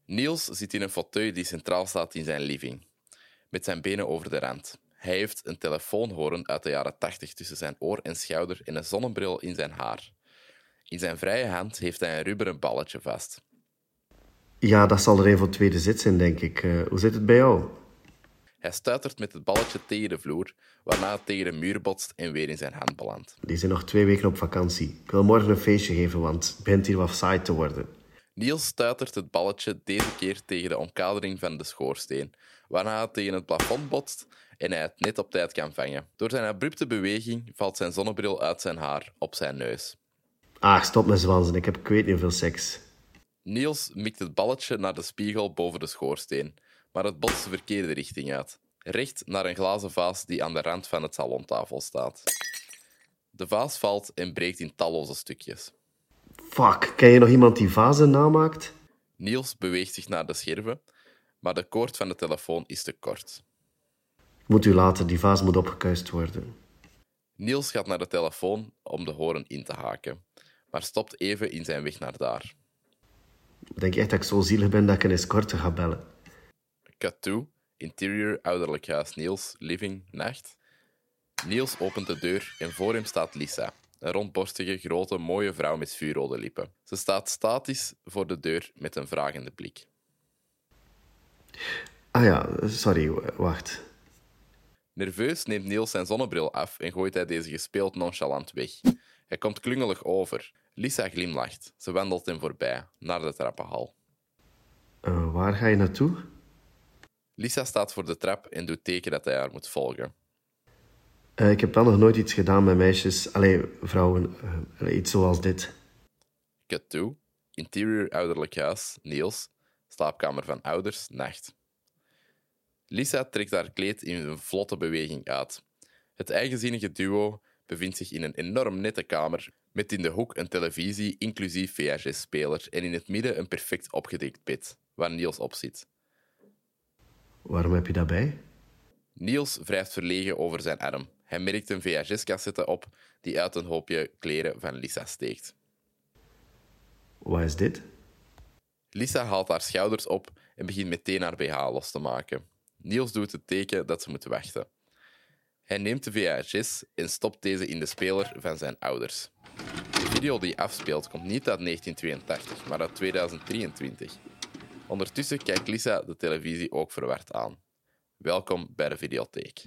Niels zit in een fauteuil die centraal staat in zijn living, met zijn benen over de rand. Hij heeft een telefoonhoorn uit de jaren 80 tussen zijn oor en schouder en een zonnebril in zijn haar. In zijn vrije hand heeft hij een rubberen balletje vast. Ja, dat zal er een voor het tweede zit zijn, denk ik. Hoe zit het bij jou? Hij stuitert met het balletje tegen de vloer, waarna het tegen de muur botst en weer in zijn hand belandt. Die zijn nog 2 weken op vakantie. Ik wil morgen een feestje geven, want het begint hier wat saai te worden. Niels stuitert het balletje deze keer tegen de omkadering van de schoorsteen, waarna het tegen het plafond botst en hij het net op tijd kan vangen. Door zijn abrupte beweging valt zijn zonnebril uit zijn haar op zijn neus. Stop met zwansen. Ik heb ik weet niet hoeveel seks. Niels mikt het balletje naar de spiegel boven de schoorsteen, maar het botst de verkeerde richting uit. Recht naar een glazen vaas die aan de rand van het salontafel staat. De vaas valt en breekt in talloze stukjes. Fuck, ken je nog iemand die vazen namaakt? Niels beweegt zich naar de scherven, maar de koord van de telefoon is te kort. Moet u laten, die vaas moet opgekuist worden. Niels gaat naar de telefoon om de hoorn in te haken, maar stopt even in zijn weg naar daar. Denk je echt dat ik zo zielig ben dat ik een escorte ga bellen? Cut to, interieur, ouderlijk huis Niels, living, nacht. Niels opent de deur en voor hem staat Lisa, een rondborstige, grote, mooie vrouw met vuurrode lippen. Ze staat statisch voor de deur met een vragende blik. Sorry, wacht. Nerveus neemt Niels zijn zonnebril af en gooit hij deze gespeeld nonchalant weg. Hij komt klungelig over. Lisa glimlacht. Ze wandelt hem voorbij, naar de trappenhal. Waar ga je naartoe? Lisa staat voor de trap en doet teken dat hij haar moet volgen. Ik heb wel nog nooit iets gedaan met meisjes. Vrouwen. Iets zoals dit. Cut to. Interieur ouderlijk huis, Niels. Slaapkamer van ouders, nacht. Lisa trekt haar kleed in een vlotte beweging uit. Het eigenzinnige duo bevindt zich in een enorm nette kamer met in de hoek een televisie inclusief VHS-speler en in het midden een perfect opgedekt bed, waar Niels op zit. Waarom heb je dat bij? Niels wrijft verlegen over zijn arm. Hij merkt een VHS-cassette op die uit een hoopje kleren van Lisa steekt. Wat is dit? Lisa haalt haar schouders op en begint meteen haar BH los te maken. Niels doet het teken dat ze moet wachten. Hij neemt de VHS en stopt deze in de speler van zijn ouders. De video die afspeelt komt niet uit 1982, maar uit 2023. Ondertussen kijkt Lisa de televisie ook verward aan. Welkom bij de videotheek.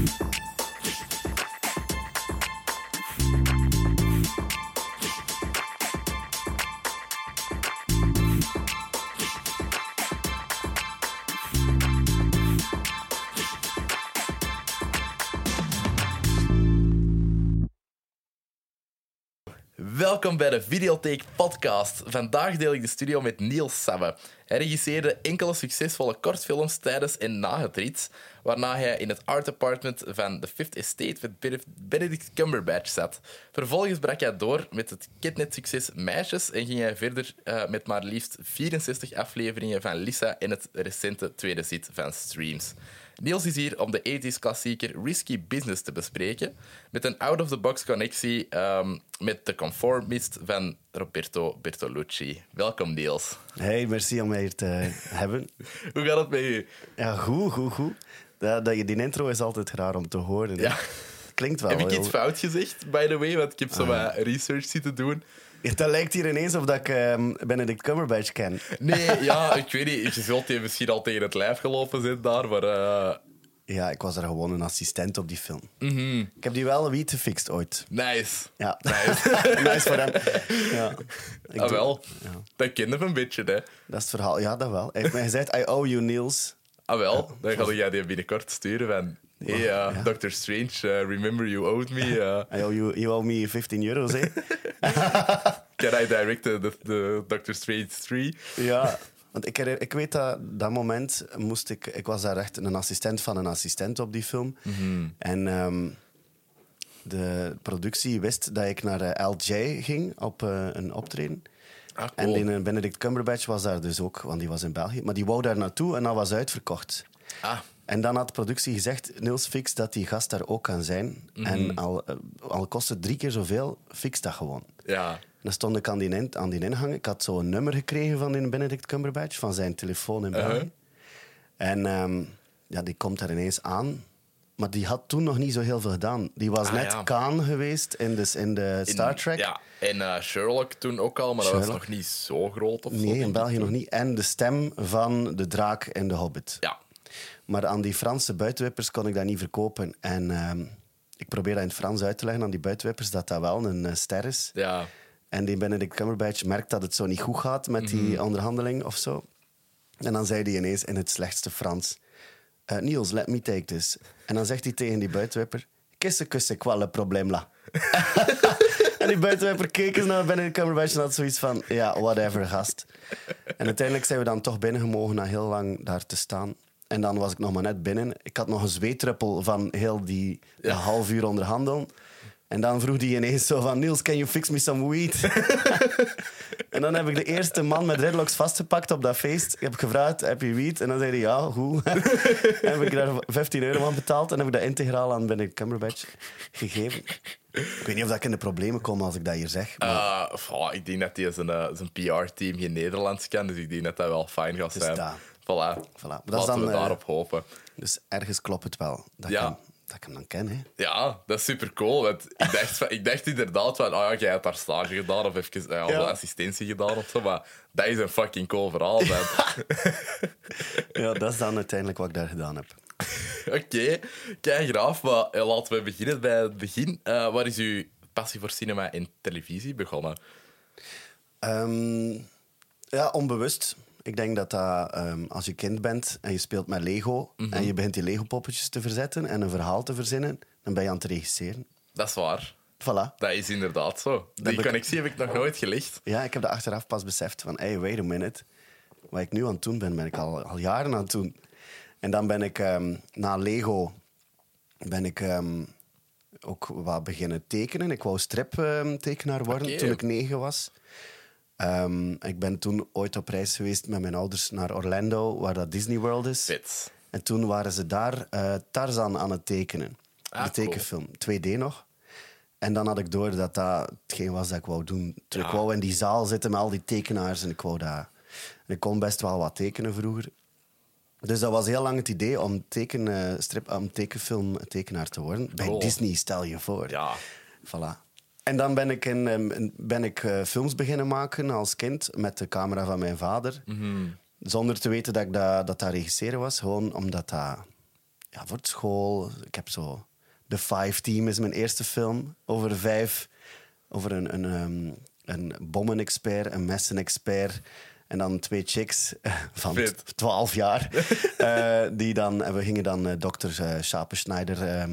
Welkom bij de Videotheek podcast. Vandaag deel ik de studio met Niels Sabbe. Hij regisseerde enkele succesvolle kortfilms tijdens en na het rit, waarna hij in het art department van The Fifth Estate met Benedict Cumberbatch zat. Vervolgens brak hij door met het Kidnet-succes Meisjes en ging hij verder met maar liefst 64 afleveringen van Lisa en het recente tweede zit van Streams. Niels is hier om de 80s klassieker Risky Business te bespreken, met een out-of-the-box connectie met The Conformist van Roberto Bertolucci. Welkom, Niels. Hey, merci om mij hier te hebben. Hoe gaat het met u? Ja, goed. Die intro is altijd raar om te horen. Ja. Klinkt wel. Heb ik iets fout gezegd, by the way? Want ik heb zo wat research zitten doen. Dat lijkt hier ineens of dat ik Benedict Cumberbatch ken. Nee, ja, ik weet niet. Je zult je misschien al tegen het lijf gelopen zijn daar, maar... Ja, ik was er gewoon een assistent op die film. Mm-hmm. Ik heb die wel wiet gefixt ooit. Nice. Ja. Nice. Nice voor hem. Ja. Wel. Ja. Dat kende we een beetje, hè. Dat is het verhaal. Ja, dat wel. Hij heeft mij gezegd, I owe you, Niels. Wel. Dan ga jij die binnenkort sturen van... Hey, Ja. Dr. Strange, remember you owed me... I owe you owe me €15, hè. Can I direct the Dr. Strange 3? Ja, want ik weet dat moment moest ik... Ik was daar echt een assistent van een assistent op die film. Mm-hmm. En de productie wist dat ik naar LJ ging op een optreden. Ah, En cool. die Benedict Cumberbatch was daar dus ook, want die was in België. Maar die wou daar naartoe en dat was uitverkocht. Ah, En dan had de productie gezegd, Niels, fix dat die gast daar ook kan zijn. Mhm. En al kost het 3 keer zoveel, fix dat gewoon. ja. dan stond ik aan die ingang. Ik had zo'n nummer gekregen van die Benedict Cumberbatch, van zijn telefoon in België. En die komt daar ineens aan. Maar die had toen nog niet zo heel veel gedaan. Die was net Khan geweest in de Star Trek. Ja, en Sherlock toen ook al, maar dat was nog niet zo groot. Of nee, zo, in België nog niet. En de stem van de draak in The Hobbit. Ja. Maar aan die Franse buitenwippers kon ik dat niet verkopen. En ik probeer dat in het Frans uit te leggen aan die buitenwippers, dat wel een ster is. Ja. En die Benedict Cumberbatch merkt dat het zo niet goed gaat met die onderhandeling of zo. En dan zei hij ineens in het slechtste Frans... Niels, let me take this. En dan zegt hij tegen die buitenwipper... Qu'est-ce que c'est quoi le problème là? En die buitenwipper keek eens naar Benedict Cumberbatch en had zoiets van... Ja, whatever, gast. En uiteindelijk zijn we dan toch binnengemogen na heel lang daar te staan. En dan was ik nog maar net binnen. Ik had nog een zweetruppel van heel die half uur onderhandelen. En dan vroeg hij ineens zo van... Niels, can you fix me some weed? En dan heb ik de eerste man met dreadlocks vastgepakt op dat feest. Ik heb gevraagd, heb je weed? En dan zei hij, ja, goed. En heb ik daar €15 aan betaald. En heb ik dat integraal aan Benedict Cumberbatch gegeven. Ik weet niet of ik in de problemen kom als ik dat hier zeg. Maar... ik denk dat hij zijn PR-team geen Nederlands kan. Dus ik denk dat dat wel fijn gaat zijn. Dus Voilà. Maar dat Laten is dan, we daarop hopen. Dus ergens klopt het wel. Dat ik hem dan ken, hè. Ja, dat is super cool. Want ik dacht inderdaad van, jij hebt daar stage gedaan of even assistentie gedaan of zo. Maar dat is een fucking cool verhaal. Ja, dat is dan uiteindelijk wat ik daar gedaan heb. Oké, kijk graaf. Maar laten we beginnen bij het begin. Waar is uw passie voor cinema en televisie begonnen? Onbewust. Ik denk dat als je kind bent en je speelt met Lego en je begint die Lego-poppetjes te verzetten en een verhaal te verzinnen, dan ben je aan het regisseren. Dat is waar. Voilà. Dat is inderdaad zo. Die connectie heb ik nog nooit gelegd. Ja, ik heb dat achteraf pas beseft van, hey, wait a minute. Wat ik nu aan het doen ben ik al jaren aan het doen. En dan ben ik na Lego ook wat beginnen tekenen. Ik wou striptekenaar worden toen ik 9 was. Ik ben toen ooit op reis geweest met mijn ouders naar Orlando, waar dat Disney World is. Vet. En toen waren ze daar Tarzan aan het tekenen. De tekenfilm. 2D nog. En dan had ik door dat dat hetgeen was dat ik wou doen. Ik wou in die zaal zitten met al die tekenaars en ik wou dat... En ik kon best wel wat tekenen vroeger. Dus dat was heel lang het idee om tekenfilmtekenaar te worden. Bij Disney, stel je voor. Ja. Voilà. En dan ben ik films beginnen maken als kind met de camera van mijn vader. Zonder te weten dat ik dat regisseren was. Gewoon omdat dat... Ja, voor school... Ik heb zo... The Five Team is mijn eerste film. Over een bommenexpert, een messenexpert... En dan 2 chicks van 12 jaar. We gingen dan dokter Schapenschneider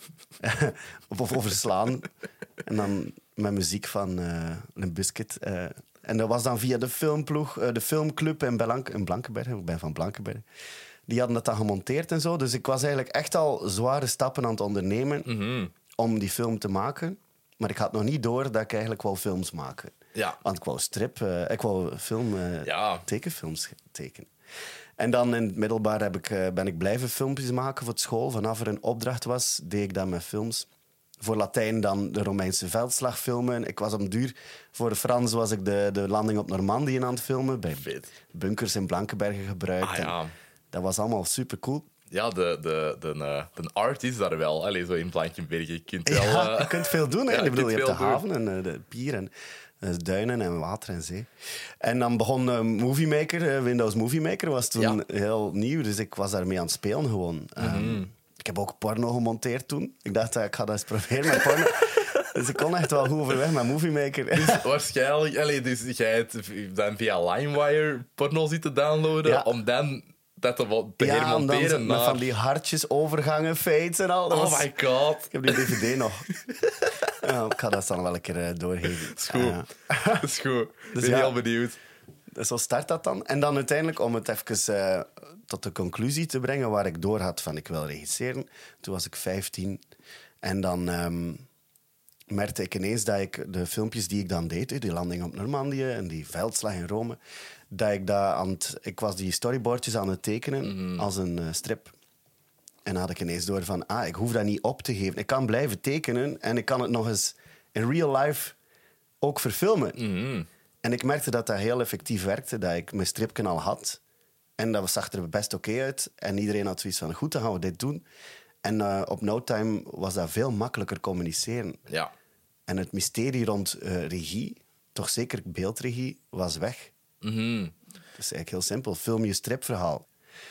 overslaan. En dan met muziek van Limp Bizkit. En dat was dan via de filmploeg, de filmclub in Blankenberg. Ik ben van Blankenberg. Die hadden dat dan gemonteerd en zo. Dus ik was eigenlijk echt al zware stappen aan het ondernemen om die film te maken. Maar ik had nog niet door dat ik eigenlijk wou films maken. Ja. Want ik wou tekenfilms tekenen. En dan in het middelbaar ben ik blijven filmpjes maken voor school. Vanaf er een opdracht was, deed ik dat met films. Voor Latijn dan de Romeinse veldslag filmen. Ik was op duur. Voor Frans was ik de landing op Normandië aan het filmen. Bij bunkers in Blankenbergen gebruikt. Dat was allemaal super cool. Ja, de art is daar wel. Allee, zo in Blankenbergen. Je kunt veel doen. Hè? Ik bedoel, je hebt de haven en de pier en duinen en water en zee. En dan begon Movie Maker. Windows Movie Maker was toen heel nieuw. Dus ik was daarmee aan het spelen gewoon. Ik heb ook porno gemonteerd toen. Ik dacht, ik ga dat eens proberen met porno. Dus ik kon echt wel goed overweg met Movie Maker. Dus waarschijnlijk... Dus jij hebt dan via LimeWire porno zitten downloaden om dan... dat te hermonteren met van die hartjes, overgangen, fades en al. Oh my god. Ik heb die DVD nog. Ik ga dat dan wel een keer doorgeven. Dat is goed. Dat is goed. Dus ben heel benieuwd. Zo start dat dan. En dan uiteindelijk, om het even tot de conclusie te brengen waar ik door had van ik wil regisseren. Toen was ik 15. En dan merkte ik ineens dat ik de filmpjes die ik dan deed, die landing op Normandië en die veldslag in Rome, dat ik was die storyboardjes aan het tekenen als een strip. En dan had ik ineens door van, ik hoef dat niet op te geven. Ik kan blijven tekenen en ik kan het nog eens in real life ook verfilmen. Mhm. En ik merkte dat dat heel effectief werkte, dat ik mijn stripken al had. En dat zag er best oké uit. En iedereen had zoiets van, goed, dan gaan we dit doen. En op No Time was dat veel makkelijker communiceren. Ja. En het mysterie rond regie, toch zeker beeldregie, was weg. Mhm. Het is eigenlijk heel simpel. Film je stripverhaal.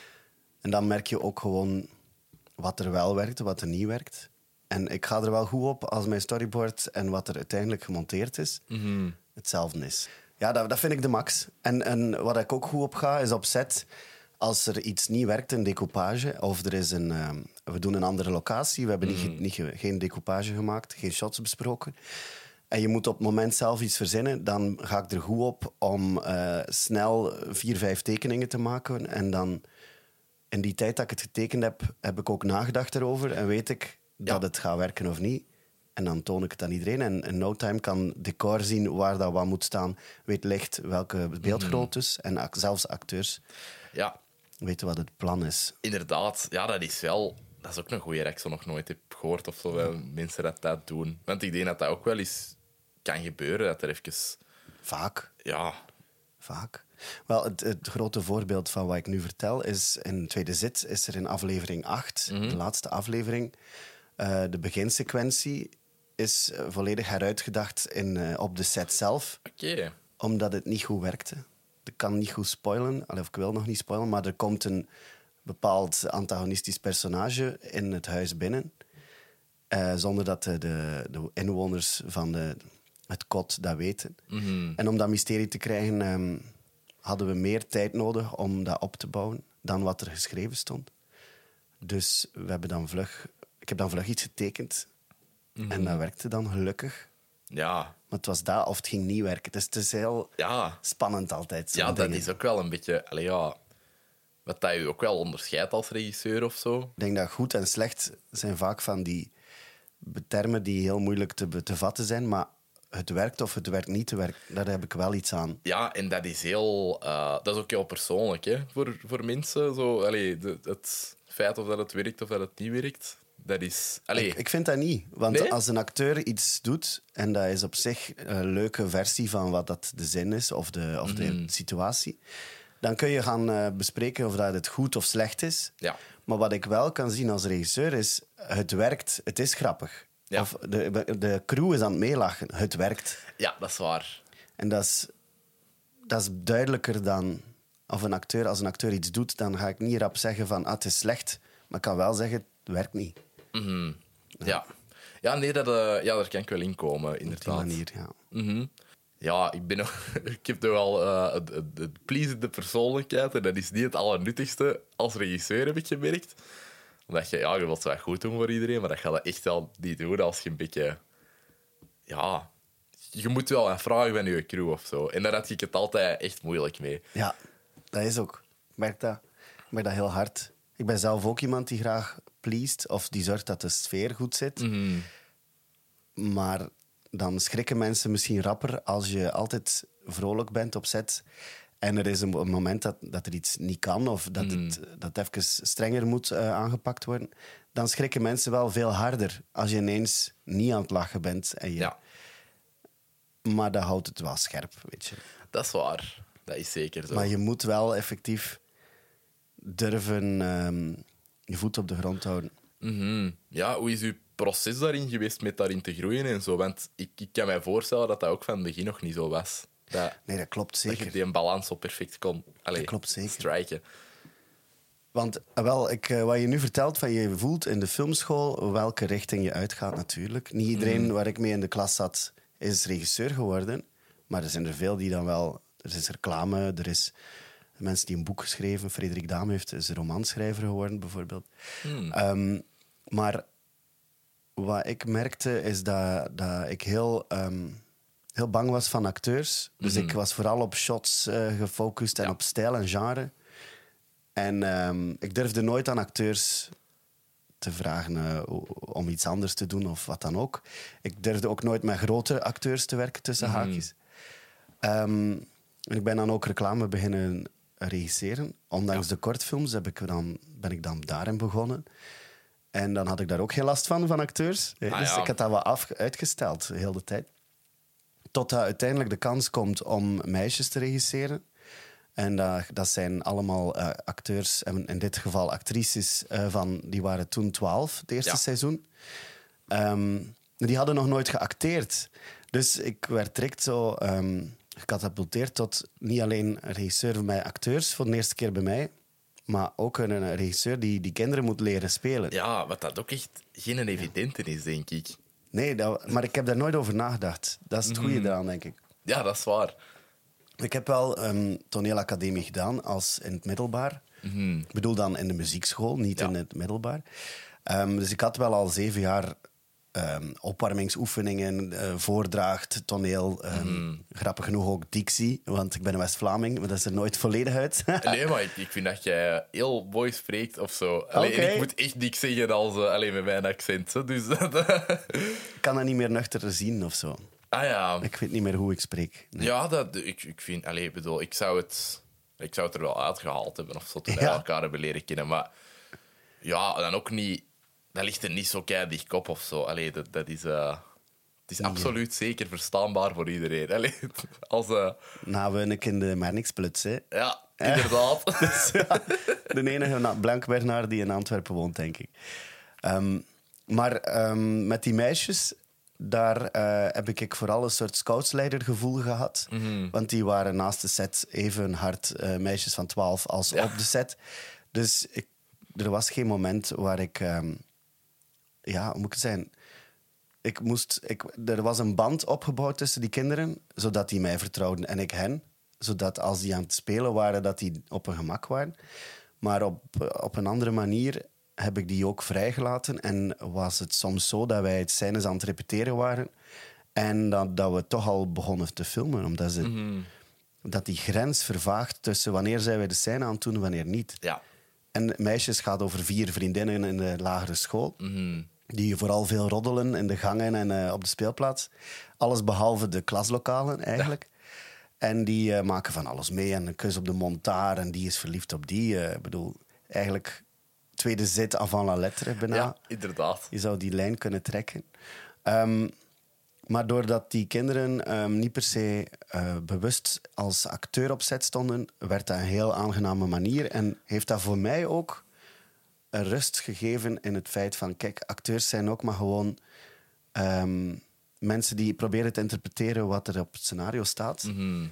En dan merk je ook gewoon wat er wel werkt, wat er niet werkt. En ik ga er wel goed op als mijn storyboard en wat er uiteindelijk gemonteerd is hetzelfde is. Ja, dat vind ik de max. En wat ik ook goed op ga, is op set. Als er iets niet werkt, een decoupage, of er is we doen een andere locatie, we hebben geen decoupage gemaakt, geen shots besproken, en je moet op het moment zelf iets verzinnen, dan ga ik er goed op om snel 4-5 tekeningen te maken. En dan, in die tijd dat ik het getekend heb, heb ik ook nagedacht erover en weet ik dat het gaat werken of niet. En dan toon ik het aan iedereen. En in no time kan decor zien waar dat wat moet staan. Weet licht welke beeldgroottes. En zelfs acteurs Ja, weten wat het plan is. inderdaad. Ja, dat is ook een goeie reactie, nog nooit heb gehoord of zo, wel mensen dat doen. Want ik denk dat dat ook wel eens kan gebeuren, dat er even... Vaak. Ja, Vaak. Wel, het grote voorbeeld van wat ik nu vertel is... In Tweede Zit is er in aflevering 8, de laatste aflevering... de beginsequentie is volledig heruitgedacht op de set zelf. oké. Omdat het niet goed werkte. Ik kan niet goed spoilen, of ik wil nog niet spoilen, maar er komt een bepaald antagonistisch personage in het huis binnen, zonder dat de inwoners van het kot dat weten. En om dat mysterie te krijgen, hadden we meer tijd nodig om dat op te bouwen dan wat er geschreven stond. Dus ik heb dan vlug iets getekend. En dat werkte dan gelukkig. Ja, Maar het was dat of het ging niet werken. Dus het is heel ja. spannend altijd. Ja, dat is ook wel een beetje... Allee, ja, wat dat je ook wel onderscheidt als regisseur of zo. Ik denk dat goed en slecht zijn vaak van die termen die heel moeilijk te vatten zijn. Maar het werkt of het werkt niet te werken, daar heb ik wel iets aan. Ja, en dat is heel... dat is ook heel persoonlijk, hè, voor mensen. Zo, allee, het feit of dat het werkt of dat het niet werkt, dat is... Allee, Ik vind dat niet. Want Nee? als een acteur iets doet en dat is op zich een leuke versie van wat dat de zin is of de situatie, dan kun je gaan bespreken of dat het goed of slecht is. Ja. Maar wat ik wel kan zien als regisseur is, het werkt, het is grappig. Ja. Of de crew is aan het meelachen, het werkt. Ja, dat is waar. En dat is duidelijker dan... Of als een acteur iets doet, dan ga ik niet rap zeggen van het is slecht. Maar ik kan wel zeggen, het werkt niet. Ja. Ja, nee, daar kan ik wel in komen, Op die inderdaad. manier, ja. Ja, ik heb toch wel het pleasende persoonlijkheid. En dat is niet het allernuttigste als regisseur, heb ik gemerkt. Omdat je wilt wel goed doen voor iedereen, maar dat ga je echt wel niet doen als je een beetje... Ja, je moet wel een vragen van je crew of zo. En daar had ik het altijd echt moeilijk mee. Ja, dat is ook. Ik merk dat heel hard. Ik ben zelf ook iemand die graag pleased of die zorgt dat de sfeer goed zit. Maar dan schrikken mensen misschien rapper als je altijd vrolijk bent op set en er is een moment dat er iets niet kan of dat even strenger moet aangepakt worden. Dan schrikken mensen wel veel harder als je ineens niet aan het lachen bent. Ja, Maar dat houdt het wel scherp, weet je. dat is waar. Dat is zeker zo. Maar je moet wel effectief durven je voet op de grond houden. Ja, hoe is uw proces daarin geweest met daarin te groeien en zo? Want ik kan mij voorstellen dat dat ook van het begin nog niet zo was. Nee, dat klopt Dat zeker. je die een balans zo perfect kon Dat klopt zeker. strijken. Want wat je nu vertelt, van je voelt in de filmschool welke richting je uitgaat natuurlijk. Niet iedereen waar ik mee in de klas zat is regisseur geworden. Maar er zijn er veel die dan wel... Er is reclame, er is mensen die een boek geschreven. Frederik Daam is een romanschrijver geworden, bijvoorbeeld. Maar wat ik merkte, is dat ik heel bang was van acteurs. Dus ik was vooral op shots gefocust en op stijl en genre. En ik durfde nooit aan acteurs te vragen om iets anders te doen of wat dan ook. Ik durfde ook nooit met grote acteurs te werken, tussen haakjes. En ik ben dan ook reclame beginnen regisseren. Ondanks de kortfilms ben ik dan daarin begonnen. En dan had ik daar ook geen last van acteurs. Dus ik had dat wel uitgesteld, de hele tijd. Totdat uiteindelijk de kans komt om meisjes te regisseren. En dat zijn allemaal acteurs, en in dit geval actrices, die waren toen 12, het eerste seizoen. Die hadden nog nooit geacteerd. Dus ik werd direct zo gecatapulteerd tot niet alleen een regisseur met acteurs voor de eerste keer bij mij, maar ook een regisseur die kinderen moet leren spelen. Ja, wat dat ook echt geen evidente is, denk ik. Nee, maar ik heb daar nooit over nagedacht. Dat is het goede eraan, denk ik. Ja, dat is waar. Ik heb wel een toneelacademie gedaan als in het middelbaar. Ik bedoel dan in de muziekschool, niet in het middelbaar. Dus ik had wel al 7 jaar opwarmingsoefeningen, voordracht, toneel. Grappig genoeg ook dictie, want ik ben een West-Vlaming, maar dat is er nooit volledig uit. Nee, maar ik vind dat jij heel mooi spreekt of zo. Allee, en ik moet echt niks zeggen als met mijn accent. Hè, dus Ik kan dat niet meer nuchter zien of zo. Ah ja. Ik weet niet meer hoe ik spreek. Nee. Ja, ik vind... Allee, bedoel, ik zou het er wel uitgehaald hebben of zo, toen wij elkaar hebben leren kennen. Maar ja, dan ook niet... Dat ligt er niet zo keidicht op of zo. Allee, dat is... het is absoluut zeker verstaanbaar voor iedereen. Allee, als... Nou, we in de Marnixpluts, hè. Ja, inderdaad. Dus, ja, de enige Blank-Bernard die in Antwerpen woont, denk ik. Maar met die meisjes... Daar heb ik vooral een soort scoutsleidergevoel gehad. Want die waren naast de set even hard meisjes van 12 als op de set. Dus er was geen moment waar ik... hoe moet ik het zijn? Er was een band opgebouwd tussen die kinderen, zodat die mij vertrouwden en ik hen. Zodat als die aan het spelen waren, dat die op hun gemak waren. Maar op een andere manier... heb ik die ook vrijgelaten. En was het soms zo dat wij het scènes aan het repeteren waren en dat we toch al begonnen te filmen. Omdat dat die grens vervaagt tussen wanneer zijn wij de scène aan het doen en wanneer niet. Ja. En Meisjes gaat over 4 vriendinnen in de lagere school. Die vooral veel roddelen in de gangen en op de speelplaats. Alles behalve de klaslokalen eigenlijk. Ja. En die maken van alles mee. En een kus op de mond daar en die is verliefd op die. Ik bedoel, eigenlijk... tweede zit avant la lettre bijna. Ja, inderdaad. Je zou die lijn kunnen trekken. Maar doordat die kinderen niet per se bewust als acteur op set stonden, werd dat een heel aangename manier. En heeft dat voor mij ook een rust gegeven in het feit van... Kijk, acteurs zijn ook maar gewoon mensen die proberen te interpreteren wat er op het scenario staat.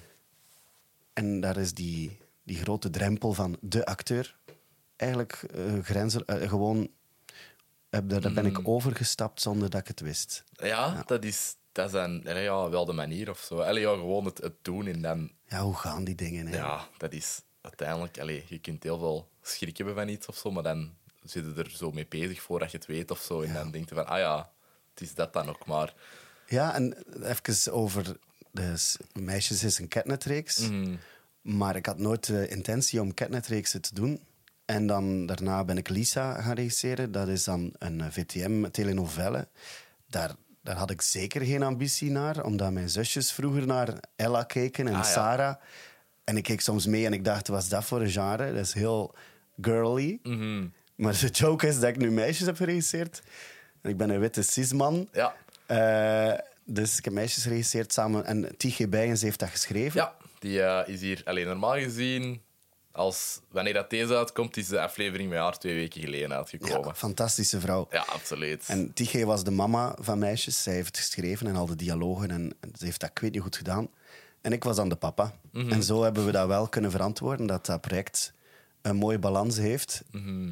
En daar is die grote drempel van de acteur... eigenlijk grenzen... gewoon... Daar ben ik overgestapt zonder dat ik het wist. Ja. Dat is dan, wel de manier of zo. Gewoon het doen en dan... Ja, hoe gaan die dingen? Hè? Ja, dat is uiteindelijk... je kunt heel veel schrik hebben van iets of zo, maar dan zit je er zo mee bezig voordat je het weet of zo. En dan denk je van, het is dat dan ook maar. Ja, en even over... Meisjes is een Catnet-reeks. Maar ik had nooit de intentie om Catnet-reeksen te doen. En dan daarna ben ik Lisa gaan regisseren. Dat is dan een VTM-telenovelle. Daar had ik zeker geen ambitie naar, omdat mijn zusjes vroeger naar Ella keken en Sarah. En ik keek soms mee en ik dacht, wat is dat voor een genre? Dat is heel girly. Maar de joke is dat ik nu meisjes heb geregisseerd. En ik ben een witte cisman. Ja. Dus ik heb meisjes geregisseerd samen. En Tighe Bijens heeft dat geschreven. Ja, die is hier normaal gezien... wanneer dat deze uitkomt, is de aflevering met haar 2 weken geleden uitgekomen. Ja, fantastische vrouw. Ja, absoluut. En Tighe was de mama van Meisjes. Zij heeft het geschreven en al de dialogen. En ze heeft dat, ik weet niet, goed gedaan. En ik was dan de papa. En zo hebben we dat wel kunnen verantwoorden, dat project een mooie balans heeft.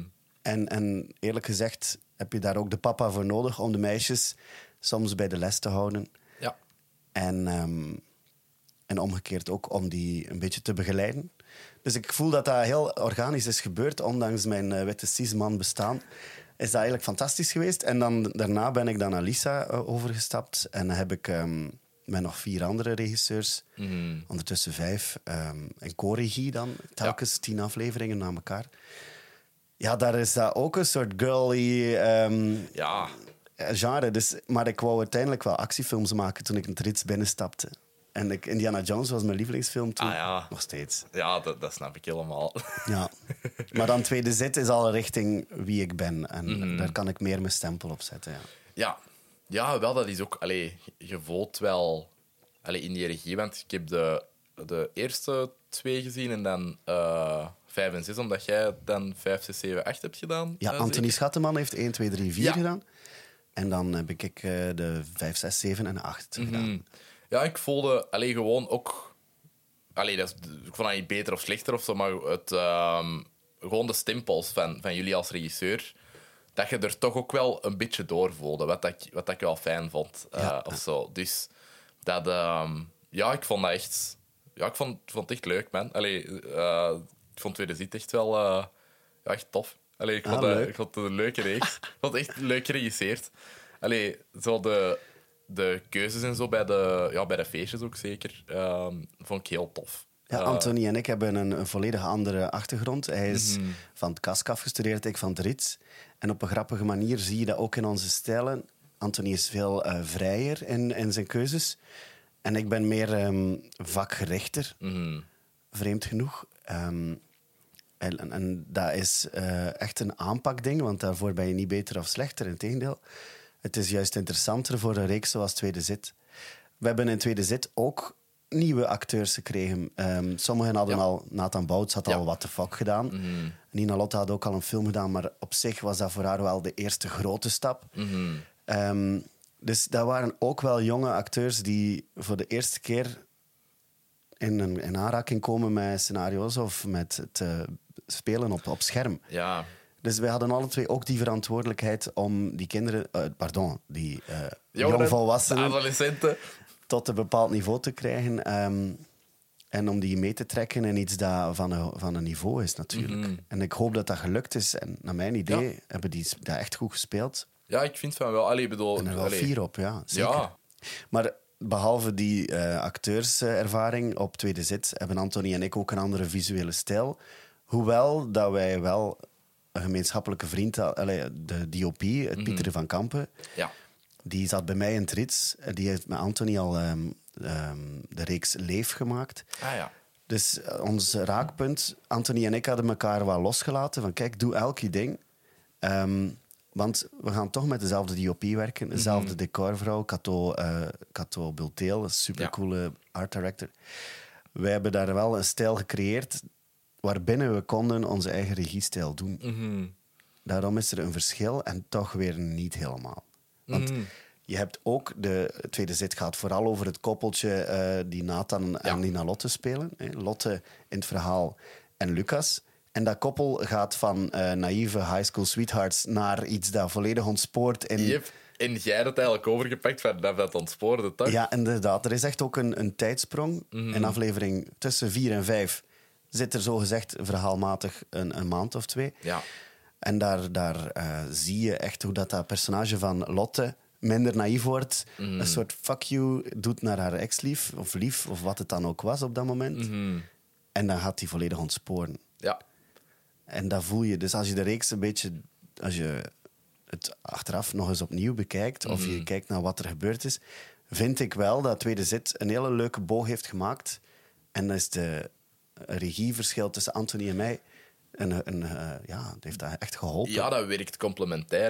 En eerlijk gezegd heb je daar ook de papa voor nodig om de meisjes soms bij de les te houden. Ja. En omgekeerd ook om die een beetje te begeleiden. Dus ik voel dat dat heel organisch is gebeurd, ondanks mijn witte cisman bestaan. Is dat eigenlijk fantastisch geweest. En dan, daarna ben ik dan naar Lisa overgestapt. En dan heb ik met nog 4 andere regisseurs, ondertussen 5, en co-regie dan, telkens 10 afleveringen na elkaar. Ja, daar is dat ook een soort girly genre. Dus, maar ik wou uiteindelijk wel actiefilms maken toen ik in het rits binnenstapte. En Indiana Jones was mijn lievelingsfilm toen. Nog steeds. Ja, dat snap ik helemaal. Ja. Maar dan tweede zit is al richting wie ik ben. En daar kan ik meer mijn stempel op zetten. Ja, ja, wel, dat is ook... je voelt wel... in die regie, want ik heb de eerste 2 gezien en dan 5 en 6, omdat jij dan 5, 6, 7, 8 hebt gedaan. Ja, Anthony zeker? Schatteman heeft 1, 2, 3, 4 Ja. gedaan. En dan heb ik de 5, 6, 7 en 8 gedaan. Ja, ik voelde gewoon ook... ik vond dat niet beter of slechter of zo, maar gewoon de stempels van jullie als regisseur, dat je er toch ook wel een beetje door voelde, wat ik wel fijn vond. Of zo. Dus dat... ik vond dat echt... Ja, ik vond het echt leuk, man. Ik vond Tweede Zit echt wel... echt tof. Ik vond het een leuke reeks. Ik vond het echt leuk geregisseerd. Zo de keuzes en zo bij de feestjes ook zeker, vond ik heel tof. Ja, Anthony en ik hebben een volledig andere achtergrond. Hij is van het KASK afgestudeerd, ik van het RITS. En op een grappige manier zie je dat ook in onze stijlen. Anthony is veel vrijer in zijn keuzes. En ik ben meer vakgerichter, vreemd genoeg. En dat is echt een aanpakding, want daarvoor ben je niet beter of slechter. Integendeel, het is juist interessanter voor een reeks zoals Tweede Zit. We hebben in Tweede Zit ook nieuwe acteurs gekregen. Sommigen hadden al... Nathan Bouts had al What the Fuck gedaan. Nina Lotte had ook al een film gedaan, maar op zich was dat voor haar wel de eerste grote stap. Dus dat waren ook wel jonge acteurs die voor de eerste keer in aanraking komen met scenario's of met het spelen op scherm. Ja. Dus wij hadden alle twee ook die verantwoordelijkheid om die kinderen... die jongvolwassenen... Adolescenten. Tot een bepaald niveau te krijgen. En om die mee te trekken in iets dat van een niveau is, natuurlijk. En ik hoop dat dat gelukt is. En naar mijn idee hebben die dat echt goed gespeeld. Ja, ik vind van wel. Ik bedoel... En er wel 4 op, ja. Zeker. Ja. Maar behalve die acteurservaring op Tweede Zit, hebben Anthony en ik ook een andere visuele stijl. Hoewel dat wij wel een gemeenschappelijke vriend hadden. De DOP, het Pieter van Kampen. Ja. Die zat bij mij in het Rits. Die heeft met Anthony al de reeks Leef gemaakt. Ah ja. Dus ons raakpunt... Anthony en ik hadden elkaar wel losgelaten. Van kijk, doe elk je ding. Want we gaan toch met dezelfde DOP werken. Dezelfde decorvrouw. Cato Bulteel, een supercoole art director. Wij hebben daar wel een stijl gecreëerd waarbinnen we konden onze eigen regiestijl doen. Daarom is er een verschil en toch weer niet helemaal. Want je hebt ook... De Tweede Zit gaat vooral over het koppeltje die Nathan en Nina Lotte spelen. Lotte in het verhaal en Lucas. En dat koppel gaat van naïeve high school sweethearts naar iets dat volledig ontspoort in... Yep. En jij hebt het eigenlijk overgepakt van dat ontspoorde, toch? Ja, inderdaad. Er is echt ook een tijdsprong. In aflevering tussen 4 en 5 zit er zogezegd verhaalmatig een maand of 2. Ja. En daar zie je echt hoe dat personage van Lotte minder naïef wordt. Een soort fuck you doet naar haar ex-lief of wat het dan ook was op dat moment. En dan gaat hij volledig ontsporen. Ja. En dat voel je. Dus als je de reeks een beetje... Als je het achteraf nog eens opnieuw bekijkt of je kijkt naar wat er gebeurd is, vind ik wel dat Tweede Zit een hele leuke boog heeft gemaakt. En dat is de regieverschil tussen Anthony en mij. Het heeft dat echt geholpen. Ja, dat werkt complementair.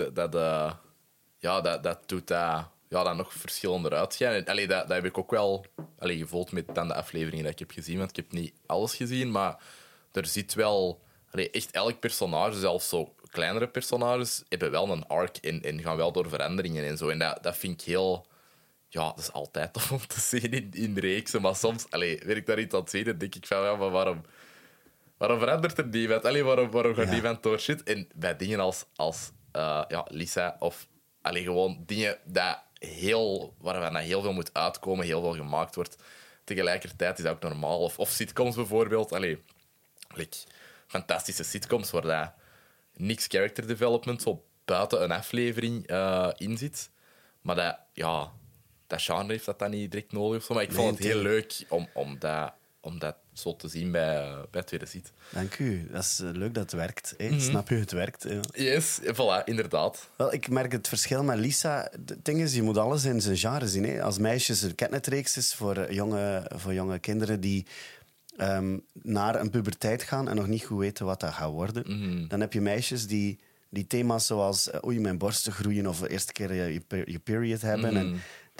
Dat doet dat dan nog verschillender uitschijnen. Dat heb ik ook wel gevoeld met dan de afleveringen die ik heb gezien. Want ik heb niet alles gezien, maar er zit wel... echt elk personage, zelfs zo kleinere personages, hebben wel een arc en gaan wel door veranderingen en zo. En dat vind ik heel... Ja, dat is altijd tof om te zien in reeksen. Maar soms werkt daar iets aan het zien en denk ik van... Ja, maar waarom verandert er die vent? Waarom gaat die vent door shit? En bij dingen als Lisa of... gewoon dingen waar heel veel moet uitkomen, heel veel gemaakt wordt. Tegelijkertijd is dat ook normaal. Of sitcoms bijvoorbeeld. Fantastische sitcoms waar dat niks character development zo buiten een aflevering in zit. Maar dat genre heeft dat dan niet direct nodig of zo. Maar ik vond het heel leuk om dat zo te zien bij Tweede Zit. Dank u. Dat is leuk dat het werkt. Snap je, het werkt. Ja. Yes, voilà, inderdaad. Wel, ik merk het verschil met Lisa. Het ding is, je moet alles in zijn genre zien. Hè. Als meisjes een catnetreeks is voor jonge kinderen die naar een puberteit gaan en nog niet goed weten wat dat gaat worden. Dan heb je meisjes die thema's zoals mijn borsten groeien of de eerste keer je period hebben. En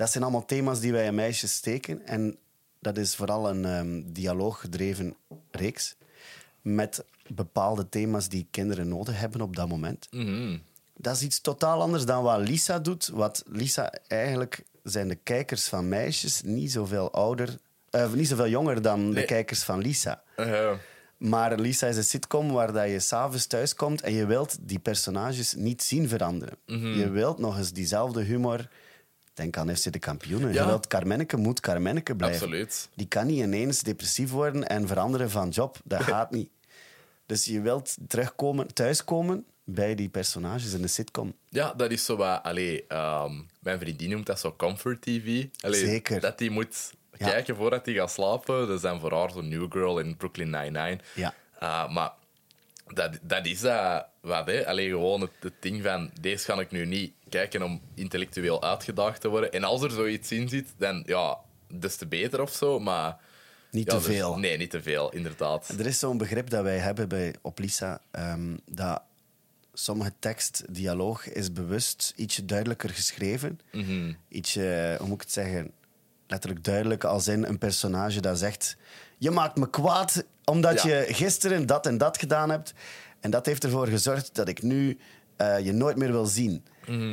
Dat zijn allemaal thema's die wij in Meisjes steken. En dat is vooral een dialooggedreven reeks. Met bepaalde thema's die kinderen nodig hebben op dat moment. Dat is iets totaal anders dan wat Lisa doet. Wat Lisa eigenlijk zijn de kijkers van Meisjes niet zoveel jonger dan de kijkers van Lisa. Maar Lisa is een sitcom waar dat je 's avonds thuis komt en je wilt die personages niet zien veranderen. Je wilt nog eens diezelfde humor. Denk aan FC de Kampioenen. Ja. Je wilt Carmenneke, moet Carmenneke blijven. Absoluut. Die kan niet ineens depressief worden en veranderen van job. Dat gaat niet. Dus je wilt thuiskomen bij die personages in de sitcom. Ja, dat is zo wat... mijn vriendin noemt dat zo comfort TV. Zeker. Dat die moet kijken voordat hij gaat slapen. Dat is dan voor haar zo'n New Girl in Brooklyn Nine-Nine. Ja. Maar dat is wat, hè. Gewoon het ding van... Deze ga ik nu niet kijken om intellectueel uitgedaagd te worden. En als er zoiets in zit, dan des te beter of zo. Maar... Niet te veel. Nee, niet te veel, inderdaad. Er is zo'n begrip dat wij hebben op Lisa, dat sommige tekst, dialoog, is bewust ietsje duidelijker geschreven. Ietsje, hoe moet ik het zeggen, letterlijk duidelijk, als in een personage dat zegt... Je maakt me kwaad omdat je gisteren dat en dat gedaan hebt. En dat heeft ervoor gezorgd dat ik nu je nooit meer wil zien.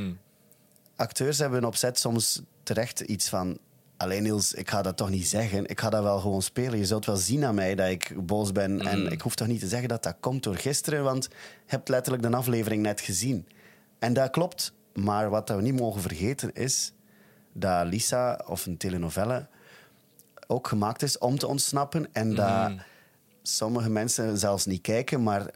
Acteurs hebben op set soms terecht iets van... Alleen Niels, ik ga dat toch niet zeggen. Ik ga dat wel gewoon spelen. Je zult wel zien aan mij dat ik boos ben. En ik hoef toch niet te zeggen dat dat komt door gisteren, want je hebt letterlijk de aflevering net gezien. En dat klopt. Maar wat we niet mogen vergeten is dat Lisa, of een telenovelle, ook gemaakt is om te ontsnappen. En dat sommige mensen zelfs niet kijken, maar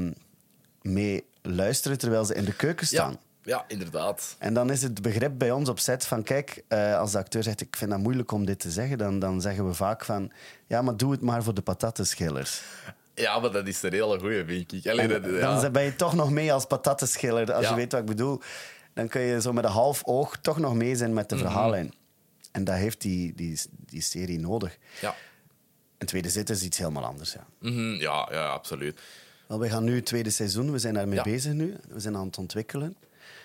mee luisteren terwijl ze in de keuken staan. Ja, inderdaad. En dan is het begrip bij ons op set van... Kijk, als de acteur zegt, ik vind dat moeilijk om dit te zeggen... dan zeggen we vaak van... Ja, maar doe het maar voor de patattenschillers. Ja, maar dat is een hele goeie, vind ik. Dan ben je toch nog mee als patattenschiller. Als je weet wat ik bedoel. Dan kun je zo met een half oog toch nog mee zijn met de verhaallijn. En dat heeft die serie nodig. Ja. Een tweede zit is iets helemaal anders, ja. Ja, absoluut. Wel, we gaan nu het tweede seizoen. We zijn daarmee bezig nu. We zijn aan het ontwikkelen.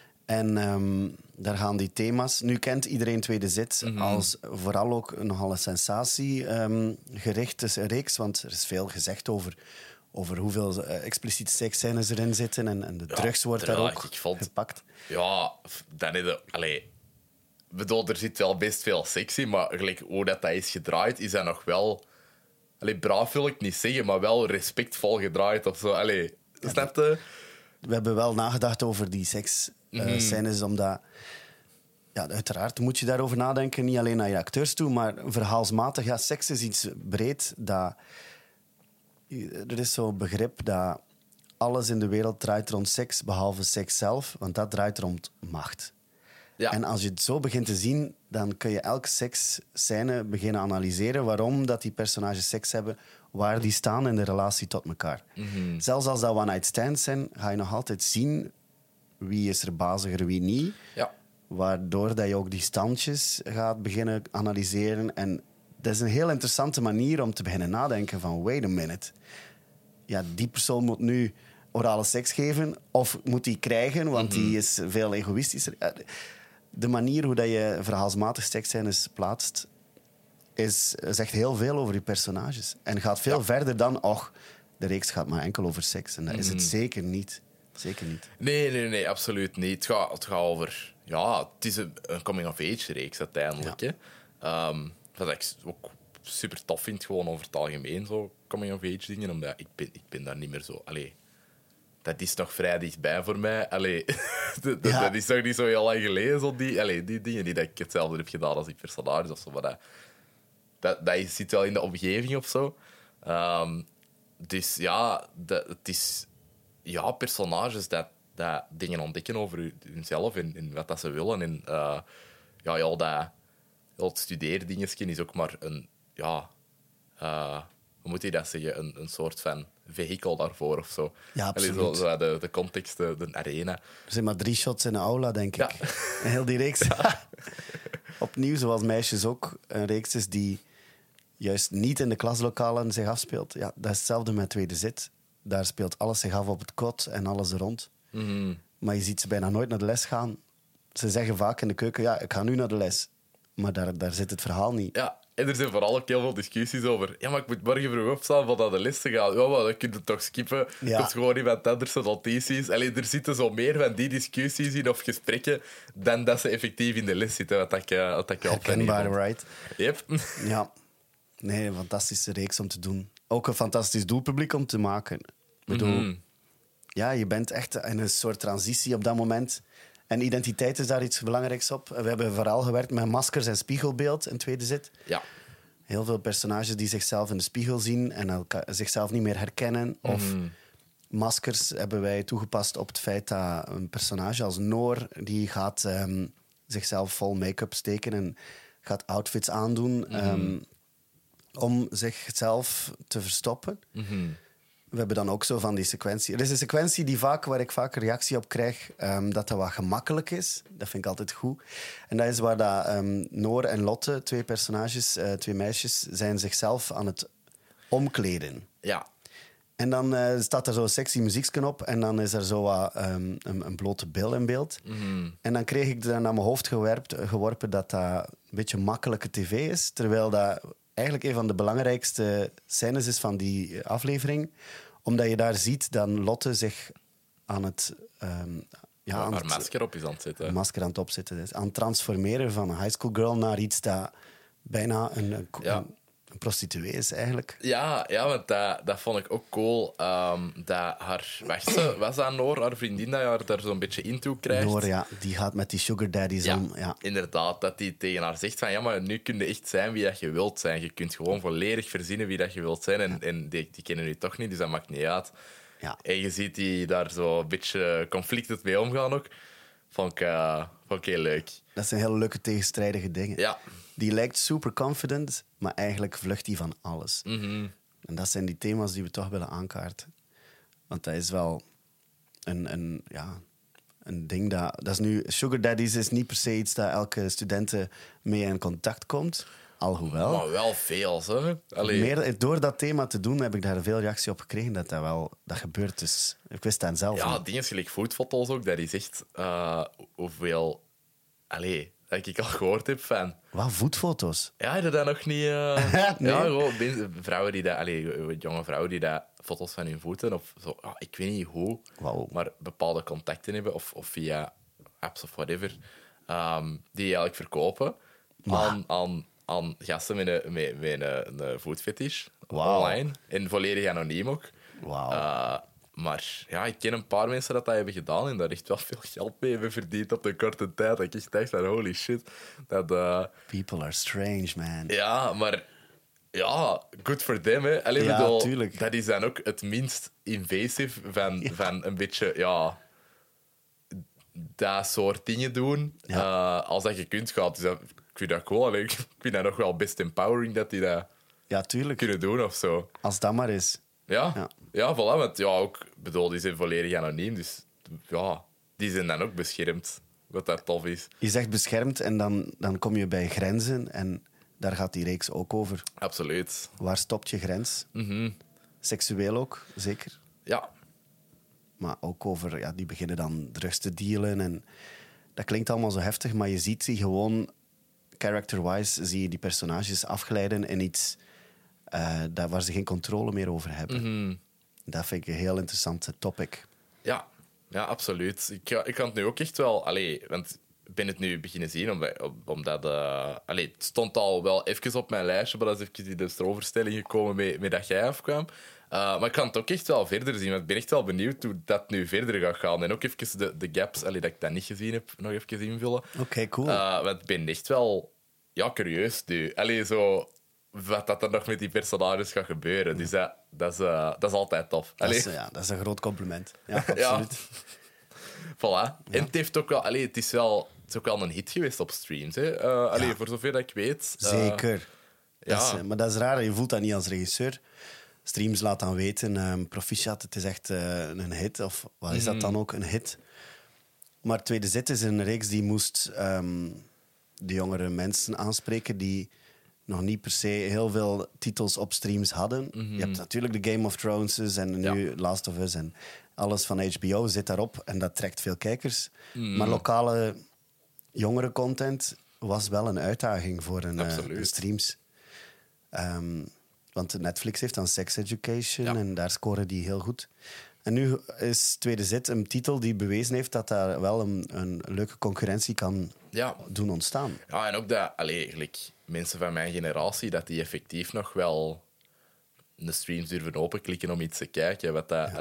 En daar gaan die thema's... Nu kent iedereen Tweede Zit als vooral ook nogal een sensatiegerichte reeks. Want er is veel gezegd over hoeveel expliciete seksscènes erin zitten. En de drugs wordt daar ook gepakt. Ja, dan is het... bedoel, er zit wel best veel seks in, maar gelijk hoe dat is gedraaid, is dat nog wel... braaf wil ik niet zeggen, maar wel respectvol gedraaid of zo. Snap je? We hebben wel nagedacht over die seksscènes, omdat... Ja, uiteraard moet je daarover nadenken, niet alleen naar je acteurs toe, maar verhaalsmatig. Ja, seks is iets breed. Er is zo'n begrip dat alles in de wereld draait rond seks, behalve seks zelf, want dat draait rond macht. Ja. En als je het zo begint te zien, dan kun je elke seksscène beginnen analyseren waarom dat die personages seks hebben, waar die staan in de relatie tot elkaar. Zelfs als dat one-night stands zijn, ga je nog altijd zien wie is er baziger, wie niet. Ja. Waardoor dat je ook die standjes gaat beginnen analyseren. En dat is een heel interessante manier om te beginnen nadenken van wait a minute. Ja, die persoon moet nu orale seks geven of moet die krijgen, want die is veel egoïstischer. De manier hoe dat je verhaalsmatig seksscènes plaatst zegt heel veel over je personages. En gaat veel verder dan de reeks gaat maar enkel over seks. En dat is het zeker niet. Zeker niet. Nee, absoluut niet. Het gaat over... Ja, het is een coming-of-age-reeks uiteindelijk. Ja. Wat ik ook super tof vind, gewoon over het algemeen, zo coming-of-age dingen. Omdat ik ben daar niet meer zo... dat is nog vrij dichtbij voor mij. Dat is nog niet zo heel lang geleden, zo die dingen die dat ik hetzelfde heb gedaan als die personages of zo. Maar dat zit wel in de omgeving of zo. Dus ja, het is... Ja, personages dat dingen ontdekken over hunzelf en wat dat ze willen. En heel dat studeerdingetje is ook maar een... Ja, hoe moet je dat zeggen? Een soort van vehikel daarvoor of zo. Ja, absoluut. Zo de context, de arena. Er zijn maar 3 shots in de aula, denk ik. En heel die reeks. Ja. Opnieuw, zoals Meisjes ook, een reeks is die juist niet in de klaslokalen zich afspeelt. Ja, dat is hetzelfde met Tweede Zit. Daar speelt alles zich af op het kot en alles er rond. Maar je ziet ze bijna nooit naar de les gaan. Ze zeggen vaak in de keuken, ja, ik ga nu naar de les. Maar daar zit het verhaal niet. Ja, en er zijn vooral ook heel veel discussies over. Ja, maar ik moet morgen vroeg opstaan van naar de les te gaan. Ja, maar dan kun je het toch skippen. Ja. Komt gewoon iemand anders zijn notities. Allee, er zitten zo meer van die discussies in of gesprekken dan dat ze effectief in de les zitten. Wat ik altijd niet Herkenbaar, vond. right? Yep. Ja. Nee, een fantastische reeks om te doen. Ook een fantastisch doelpubliek om te maken. Ik bedoel, ja, je bent echt in een soort transitie op dat moment. En identiteit is daar iets belangrijks op. We hebben vooral gewerkt met maskers en spiegelbeeld in tweede zit. Ja. Heel veel personages die zichzelf in de spiegel zien en zichzelf niet meer herkennen. Of maskers hebben wij toegepast op het feit dat een personage als Noor, die gaat zichzelf vol make-up steken en gaat outfits aandoen om zichzelf te verstoppen. We hebben dan ook zo van die sequentie. Er is een sequentie waar ik vaak reactie op krijg, dat wat gemakkelijk is. Dat vind ik altijd goed. En dat is waar dat, Noor en Lotte, twee personages, twee meisjes, zijn zichzelf aan het omkleden. Ja. En dan staat er zo'n sexy muziekje op en dan is er zo wat, een blote bil in beeld. En dan kreeg ik er naar mijn hoofd geworpen dat dat een beetje makkelijke tv is, terwijl dat eigenlijk een van de belangrijkste scènes is van die aflevering. Omdat je daar ziet dat Lotte zich aan het... haar masker op is aan het zetten. Masker aan het opzetten is. Aan het transformeren van een high school girl naar iets dat bijna een prostituee is, eigenlijk. Ja, want dat vond ik ook cool. Dat haar... Was dat Noor, haar vriendin, dat je haar daar zo'n beetje into krijgt? Noor, ja. Die gaat met die sugar daddies om. Ja, inderdaad. Dat die tegen haar zegt van... Ja, maar nu kun je echt zijn wie dat je wilt zijn. Je kunt gewoon volledig verzinnen wie dat je wilt zijn. En die kennen je toch niet, dus dat maakt niet uit. Ja. En je ziet die daar zo een beetje conflicted mee omgaan ook. Vond ik heel leuk. Dat zijn hele leuke tegenstrijdige dingen. Ja. Die lijkt super confident, maar eigenlijk vlucht hij van alles. En dat zijn die thema's die we toch willen aankaarten. Want dat is wel een ding dat is nu... Sugar daddies is niet per se iets dat elke student mee in contact komt. Alhoewel. Maar wel veel, hè? Allee. Door dat thema te doen heb ik daar veel reactie op gekregen dat gebeurt. Dus ik wist dat zelf Ja, niet. dingen gelijk foodfoto's ook, dat is echt hoeveel... Allee, dat ik al gehoord heb van... Wat, voetfoto's? Ja, heb je dat nog niet... Nee. Ja, gewoon vrouwen die dat... Allee, jonge vrouwen die dat foto's van hun voeten of zo... ik weet niet hoe, Wow. maar bepaalde contacten hebben of via apps of whatever, die eigenlijk verkopen aan gasten met een foodfetish online. En volledig anoniem ook. Wauw. Maar ja, ik ken een paar mensen dat hebben gedaan en daar echt wel veel geld mee hebben verdiend op de korte tijd. Dat ik echt dacht van holy shit. People are strange, man. Ja, maar ja, good for them. Hè. Allee, Ja, bedoel, tuurlijk. dat is dan ook het minst invasive van een beetje, dat soort dingen doen. Als dat je kunt gaat. Dus ik vind dat cool. Allee, ik vind dat nog wel best empowering dat die dat Ja, tuurlijk. kunnen doen of zo. Als dat maar is. Ja, voilà. Want ook, bedoel, die zijn volledig anoniem. Dus ja, die zijn dan ook beschermd. Wat dat tof is. Je zegt beschermd en dan kom je bij grenzen. En daar gaat die reeks ook over. Absoluut. Waar stopt je grens? Seksueel ook, zeker. Ja. Maar ook over, die beginnen dan drugs te dealen. En dat klinkt allemaal zo heftig, maar je ziet die gewoon, character-wise, zie je die personages afglijden in iets waar ze geen controle meer over hebben. Dat vind ik een heel interessant topic. Ja, absoluut. Ik kan het nu ook echt wel... Allee, want ik ben het nu beginnen zien, omdat... het stond al wel even op mijn lijstje, maar dat is even in de stroverstelling gekomen met dat jij afkwam. Maar ik kan het ook echt wel verder zien, want ik ben echt wel benieuwd hoe dat nu verder gaat gaan. En ook even de gaps, dat ik dat niet gezien heb, nog even invullen. Oké, cool. Want ik ben echt wel curieus nu. Allee, zo... Wat dat er nog met die personages gaat gebeuren. Dus dat is altijd tof. Dat is een groot compliment. Ja, absoluut. Voilà. En het heeft ook wel... het is ook wel een hit geweest op streams. Hè. Voor zover dat ik weet. Zeker. Maar dat is raar. Je voelt dat niet als regisseur. Streams laat dan weten, proficiat, het is echt een hit. Of wat is dat dan ook, een hit? Maar Tweede Zit is een reeks die moest de jongere mensen aanspreken die nog niet per se heel veel titels op streams hadden. Je hebt natuurlijk de Game of Thrones en nu Last of Us en alles van HBO zit daarop en dat trekt veel kijkers. Maar lokale jongere content was wel een uitdaging voor Absoluut. een streams. Want Netflix heeft dan Sex Education Ja. en daar scoren die heel goed. En nu is Tweede Zit een titel die bewezen heeft dat daar wel een leuke concurrentie kan Ja. doen ontstaan. Ja, en ook dat gelijk, mensen van mijn generatie, dat die effectief nog wel de streams durven openklikken om iets te kijken. Wat dat,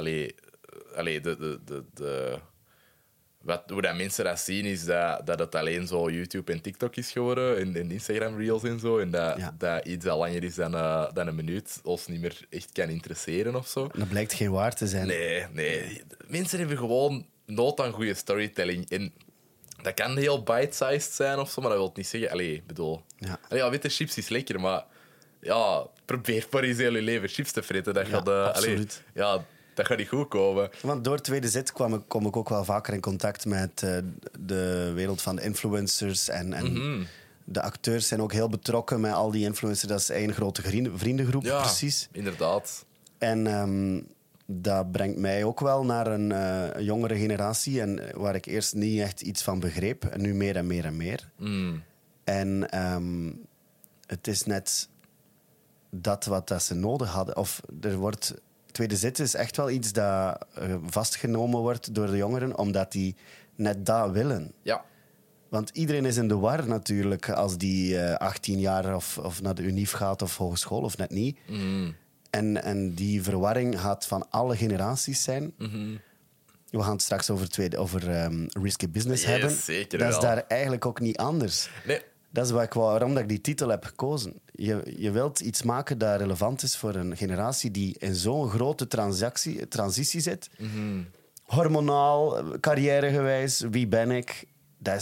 hoe dat mensen dat zien, is dat het alleen zo YouTube en TikTok is geworden. En Instagram Reels en zo. En dat iets dat langer is dan een minuut ons niet meer echt kan interesseren of zo. Dat blijkt geen waar te zijn. Nee. Mensen hebben gewoon nood aan goede storytelling. En dat kan heel bite-sized zijn of zo, maar dat wil niet zeggen... bedoel... Ja. Witte chips is lekker, maar... Ja, probeer maar eens heel je leven chips te fritten. Dat gaat... absoluut. Dat gaat niet goed komen. Want door Tweede Zit kom ik ook wel vaker in contact met de wereld van de influencers. En de acteurs zijn ook heel betrokken met al die influencers. Dat is een grote vriendengroep, Ja, precies. Inderdaad. En dat brengt mij ook wel naar een jongere generatie. En waar ik eerst niet echt iets van begreep. En nu meer en meer en meer. En het is net dat wat dat ze nodig hadden. Of er wordt... Tweede Zit is echt wel iets dat vastgenomen wordt door de jongeren, omdat die net dat willen. Ja. Want iedereen is in de war natuurlijk als die 18 jaar of naar de UNIF gaat of hogeschool of net niet. En die verwarring gaat van alle generaties zijn. We gaan het straks over Risky Business hebben. Zeker dat is wel. daar eigenlijk ook niet anders. Nee. Dat is waarom dat ik die titel heb gekozen. Je wilt iets maken dat relevant is voor een generatie die in zo'n grote transitie zit. Hormonaal, carrièregewijs, wie ben ik? Dat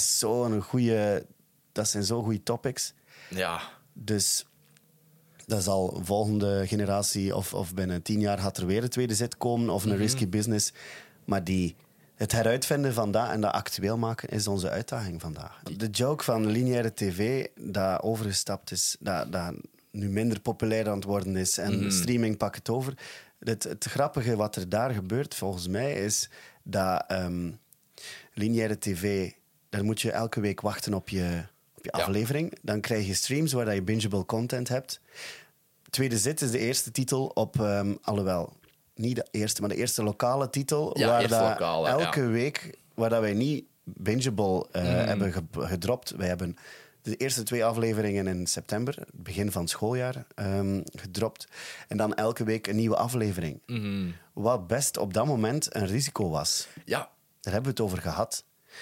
zijn zo'n goede topics. Ja. Dus dat zal volgende generatie of binnen 10 jaar gaat er weer een Tweede Zit komen of een Risky Business. Maar het heruitvinden van dat en dat actueel maken is onze uitdaging vandaag. De joke van lineaire tv dat overgestapt is, dat nu minder populair aan het worden is en streaming pakt het over. Het grappige wat er daar gebeurt, volgens mij, is dat lineaire tv, daar moet je elke week wachten op je aflevering. Dan krijg je streams waar je bingeable content hebt. Tweede Zit is de eerste titel op, alhoewel... Niet de eerste, maar de eerste lokale titel. Ja, waar eerste lokale, elke week, waar dat wij niet bingeable hebben gedropt. Wij hebben de eerste 2 afleveringen in september, het begin van het schooljaar, gedropt. En dan elke week een nieuwe aflevering. Wat best op dat moment een risico was. Ja. Daar hebben we het over gehad.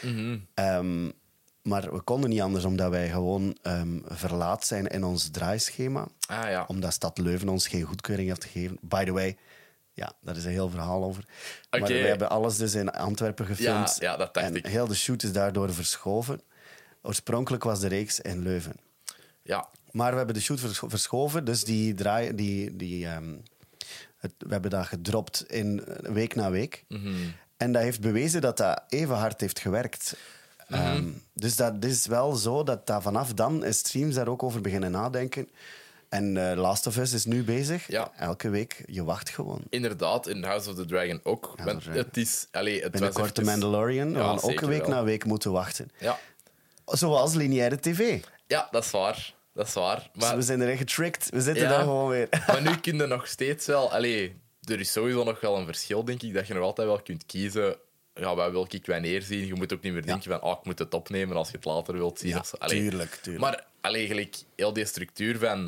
Maar we konden niet anders, omdat wij gewoon verlaat zijn in ons draaischema. Ah, ja. Omdat Stad Leuven ons geen goedkeuring heeft gegeven. By the way... Ja, daar is een heel verhaal over. Okay. Maar wij hebben alles dus in Antwerpen gefilmd. Ja, dat dacht en ik. heel de shoot is daardoor verschoven. Oorspronkelijk was de reeks in Leuven. Ja. Maar we hebben de shoot verschoven, dus we hebben dat gedropt in week na week. En dat heeft bewezen dat dat even hard heeft gewerkt. Dus dat is wel zo dat vanaf dan is streams daar ook over beginnen nadenken. En Last of Us is nu bezig. Ja. Elke week, je wacht gewoon. Inderdaad, in House of the Dragon ook. House of the Het is... het Binnenkort de Mandalorian. We gaan ook zeker een week wel. na week moeten wachten. Ja. Zoals lineaire tv. Ja, dat is waar. Maar, Dus we zijn erin getricked. We zitten daar gewoon weer. Maar nu kun je nog steeds wel... er is sowieso nog wel een verschil, denk ik, dat je nog altijd wel kunt kiezen... Ja, wat wil ik wanneer zien? Je moet ook niet meer denken van... ik moet het opnemen als je het later wilt zien. Ja, of zo. tuurlijk. Maar gelijk, heel die structuur van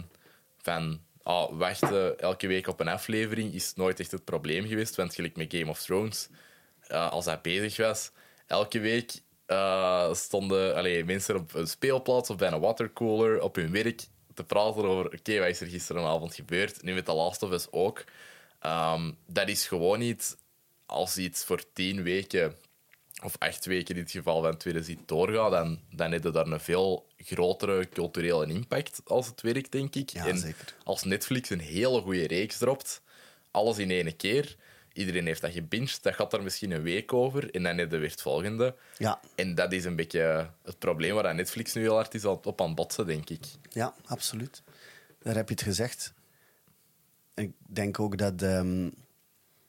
wachten elke week op een aflevering is nooit echt het probleem geweest. Want gelijk met Game of Thrones, als dat bezig was, elke week stonden mensen op een speelplaats of bij een watercooler op hun werk te praten over oké, wat is er gisteravond gebeurd? Nu met The Last of Us ook. Dat is gewoon niet als iets voor 10 weken of 8 weken in dit geval van Tweede Zit doorgaat, dan heb je daar een veel grotere culturele impact als het werkt, denk ik. Ja, en zeker. als Netflix een hele goede reeks dropt, alles in één keer, iedereen heeft dat gebinged, dat gaat er misschien een week over en dan heb je weer het volgende. Ja. En dat is een beetje het probleem waar Netflix nu heel hard is op aan het botsen, denk ik. Ja, absoluut. Daar heb je het gezegd. Ik denk ook dat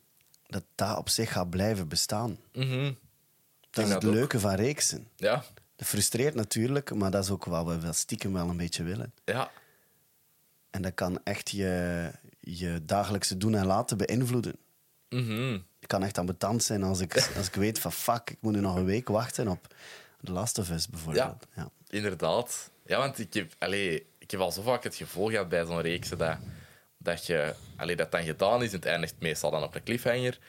dat op zich gaat blijven bestaan. Dat is het leuke van reeksen. Ja. Dat frustreert natuurlijk, maar dat is ook wat we stiekem wel een beetje willen. Ja. En dat kan echt je dagelijkse doen en laten beïnvloeden. Het kan echt ambetant zijn als ik weet van fuck, ik moet nu nog een week wachten op The Last of Us bijvoorbeeld. Ja. Inderdaad. Ja, want ik heb al zo vaak het gevoel gehad bij zo'n reeks dat dan gedaan is en het eindigt meestal dan op een cliffhanger.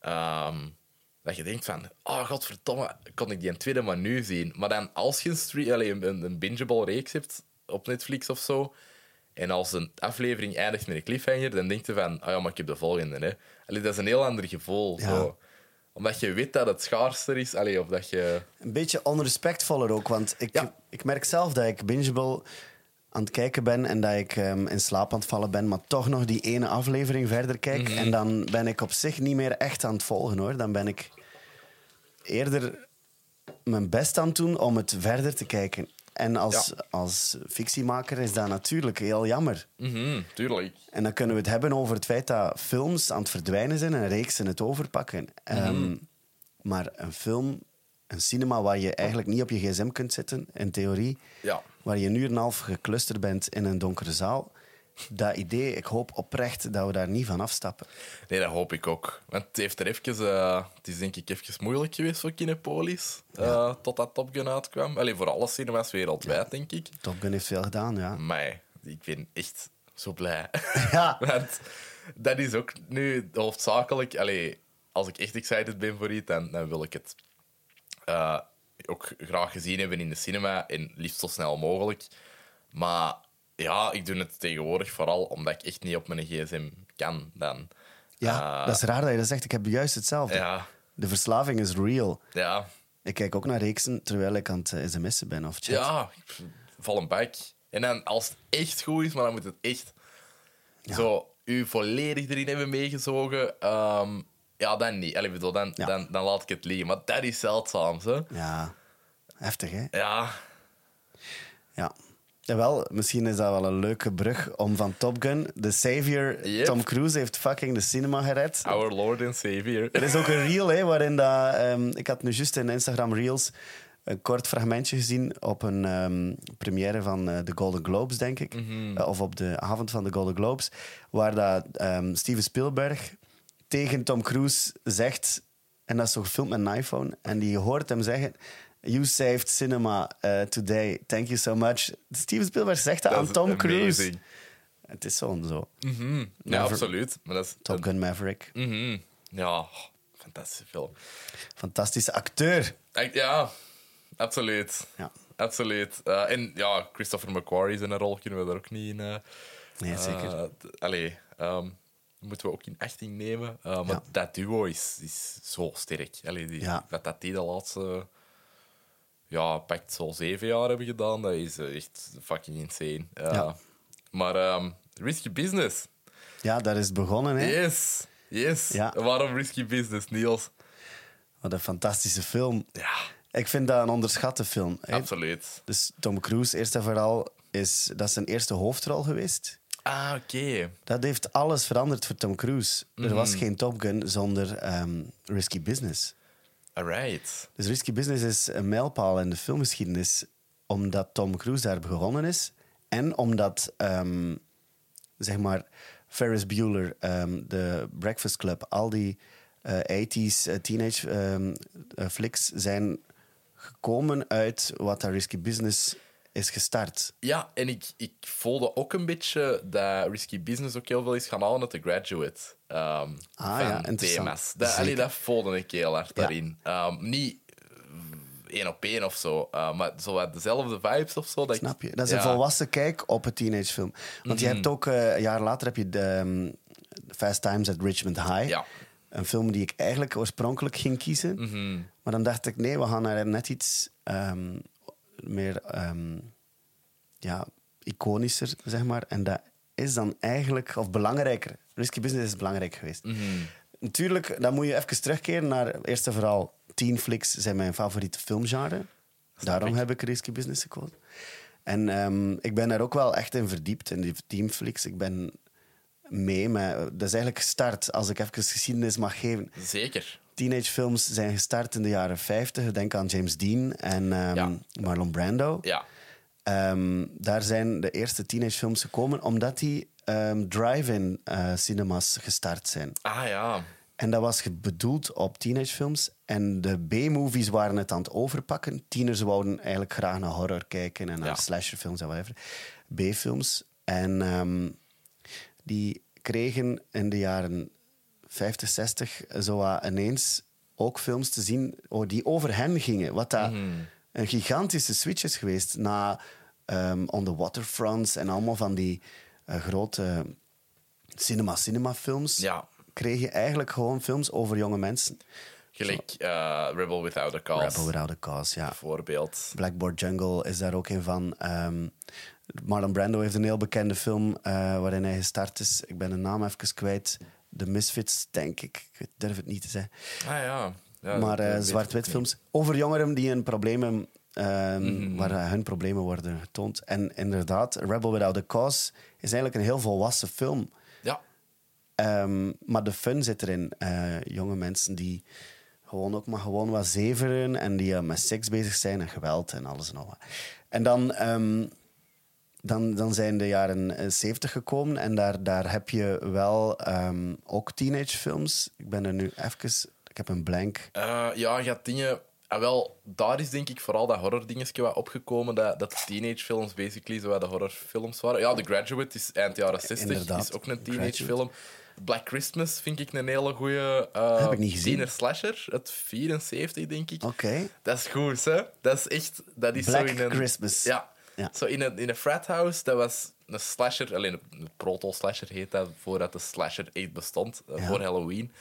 Dat je denkt van, oh godverdomme, kon ik die een tweede maar nu zien. Maar dan als je een bingeable reeks hebt op Netflix of zo, en als een aflevering eindigt met een cliffhanger, dan denk je van, oh ja, maar ik heb de volgende. Hè. Dat is een heel ander gevoel. Ja. Zo. Omdat je weet dat het schaarster is. Of dat je... Een beetje onrespectvoller ook, want ik merk zelf dat ik bingeable aan het kijken ben en dat ik in slaap aan het vallen ben, maar toch nog die ene aflevering verder kijk. En dan ben ik op zich niet meer echt aan het volgen, hoor. Dan ben ik eerder mijn best aan het doen om het verder te kijken. En als fictiemaker is dat natuurlijk heel jammer. Tuurlijk. En dan kunnen we het hebben over het feit dat films aan het verdwijnen zijn en reeksen het overpakken. Maar een film, een cinema waar je eigenlijk niet op je gsm kunt zitten, in theorie, Ja. waar je een uur en een half geclusterd bent in een donkere zaal, dat idee, ik hoop oprecht dat we daar niet van afstappen. Nee, dat hoop ik ook. Want het heeft er het is denk ik even moeilijk geweest voor Kinepolis, totdat Top Gun uitkwam. Voor alle cinemas wereldwijd, denk ik. Top Gun heeft veel gedaan, ja. Maar ik ben echt zo blij. Ja. Want dat is ook nu hoofdzakelijk... als ik echt excited ben voor iets, dan wil ik het ook graag gezien hebben in de cinema. En liefst zo snel mogelijk. Maar ja, ik doe het tegenwoordig vooral omdat ik echt niet op mijn gsm kan dan. Ja, dat is raar dat je dat zegt. Ik heb juist hetzelfde. Ja. De verslaving is real. Ja. Ik kijk ook naar reeksen terwijl ik aan het sms'en ben of chat. Ja, val een bak. En dan, als het echt goed is, maar dan moet het echt zo u volledig erin hebben meegezogen. Ja, dan niet. Dan laat ik het liggen. Maar dat is zeldzaam, hè? Ja, heftig, hè? Ja. Ja. Jawel, misschien is dat wel een leuke brug om van Top Gun, de savior, Yep. Tom Cruise heeft fucking de cinema gered. Our Lord and Savior. Er is ook een reel, hè, waarin dat... ik had nu juist in Instagram Reels een kort fragmentje gezien op een première van de Golden Globes, denk ik. Of op de avond van de Golden Globes. Waar dat, Steven Spielberg tegen Tom Cruise zegt... En dat is zo gefilmd met een iPhone. En die hoort hem zeggen... You saved cinema today. Thank you so much. Steven Spielberg zegt dat aan Tom Cruise. Amazing. Het is zo. Ja, absoluut. Maar dat is, Top Gun Maverick. Ja, fantastische film. Fantastische acteur. Ja, absoluut. Ja. Absoluut. En ja, Christopher McQuarrie is in een rol, kunnen we daar ook niet in... Nee, zeker. Moeten we ook in achting nemen. Maar dat duo is zo sterk. Dat die de laatste... Ja, pakt zo 7 jaar hebben gedaan. Dat is echt fucking insane. Maar Risky Business. Ja, daar is het begonnen, hè? Yes. Ja. Waarom Risky Business, Niels? Wat een fantastische film. Ja, Ik vind dat een onderschatte film. Hè? absoluut. Dus Tom Cruise, eerst en vooral, dat is zijn eerste hoofdrol geweest. Ah, oké. Dat heeft alles veranderd voor Tom Cruise. Er was geen Top Gun zonder Risky Business. Alright. Dus Risky Business is een mijlpaal in de filmgeschiedenis, omdat Tom Cruise daar begonnen is en omdat, zeg maar, Ferris Bueller, The Breakfast Club, al die 80s teenage flicks zijn gekomen uit wat daar Risky Business is gestart. Ja, en ik voelde ook een beetje dat Risky Business ook heel veel is gaan halen uit The Graduate. Van interessant. thema's. Zeker. Dat voelde ik heel hard daarin. Niet 1 op 1 of zo, maar zo wat dezelfde vibes of zo. Snap je? Dat is een volwassen kijk op een teenagefilm. Want je hebt ook, een jaar later heb je de Fast Times at Richmond High. Ja. Een film die ik eigenlijk oorspronkelijk ging kiezen. Maar dan dacht ik, nee, we gaan naar net iets meer iconischer, zeg maar. En dat is dan eigenlijk, of belangrijker. Risky Business is belangrijk geweest. Natuurlijk, dan moet je even terugkeren naar, eerst en vooral, teen flicks zijn mijn favoriete filmgenre. Daarom heb ik Risky Business gekozen. En ik ben daar ook wel echt in verdiept, in die teen flicks. Ik ben mee, maar dat is eigenlijk gestart, als ik even geschiedenis mag geven. Zeker. teenagefilms zijn gestart in de jaren 50. Denk aan James Dean en Marlon Brando. Ja. Daar zijn de eerste teenagefilms gekomen omdat die drive-in cinemas gestart zijn. Ah ja. En dat was bedoeld op teenagefilms. En de B-movies waren het aan het overpakken. Tieners wouden eigenlijk graag naar horror kijken en naar slasherfilms en whatever. B-films. En die kregen in de jaren 50, 60 zo ineens ook films te zien die over hen gingen. Wat dat een gigantische switch is geweest na On the Waterfronts en allemaal van die grote cinema-films. Ja. Kreeg je eigenlijk gewoon films over jonge mensen. Gelijk Rebel Without a Cause. Rebel Without a Cause, ja. Bijvoorbeeld. Blackboard Jungle is daar ook een van. Marlon Brando heeft een heel bekende film waarin hij gestart is. Ik ben de naam even kwijt. The Misfits, denk ik. Ik durf het niet te zeggen. Ah ja. Maar zwart-wit films over jongeren die een probleem waar hun problemen worden getoond. En inderdaad, Rebel Without a Cause is eigenlijk een heel volwassen film. Ja. Maar de fun zit erin. Jonge mensen die gewoon ook maar gewoon wat zeveren en die met seks bezig zijn en geweld en alles en nog wat. En dan zijn de jaren 70 gekomen en daar heb je wel ook teenagefilms. Ik ben er nu even... Ik heb een blank. Ja, je had dingen... wel, daar is denk ik vooral dat horror-dingetje wat opgekomen, dat teenagefilms basically zo wat de horrorfilms waren. Ja, The Graduate is eind jaren 60, Inderdaad, is ook een teenagefilm. Black Christmas vind ik een hele goede Heb ik niet gezien. tiener-slasher. Het 74, denk ik. Oké. Dat is goed, hè? Dat is echt... Dat is Black zo in een, Christmas. Ja. Ja. Zo in een frat house, dat was een slasher, alleen een proto-slasher heet dat, voordat de slasher echt bestond, voor Halloween.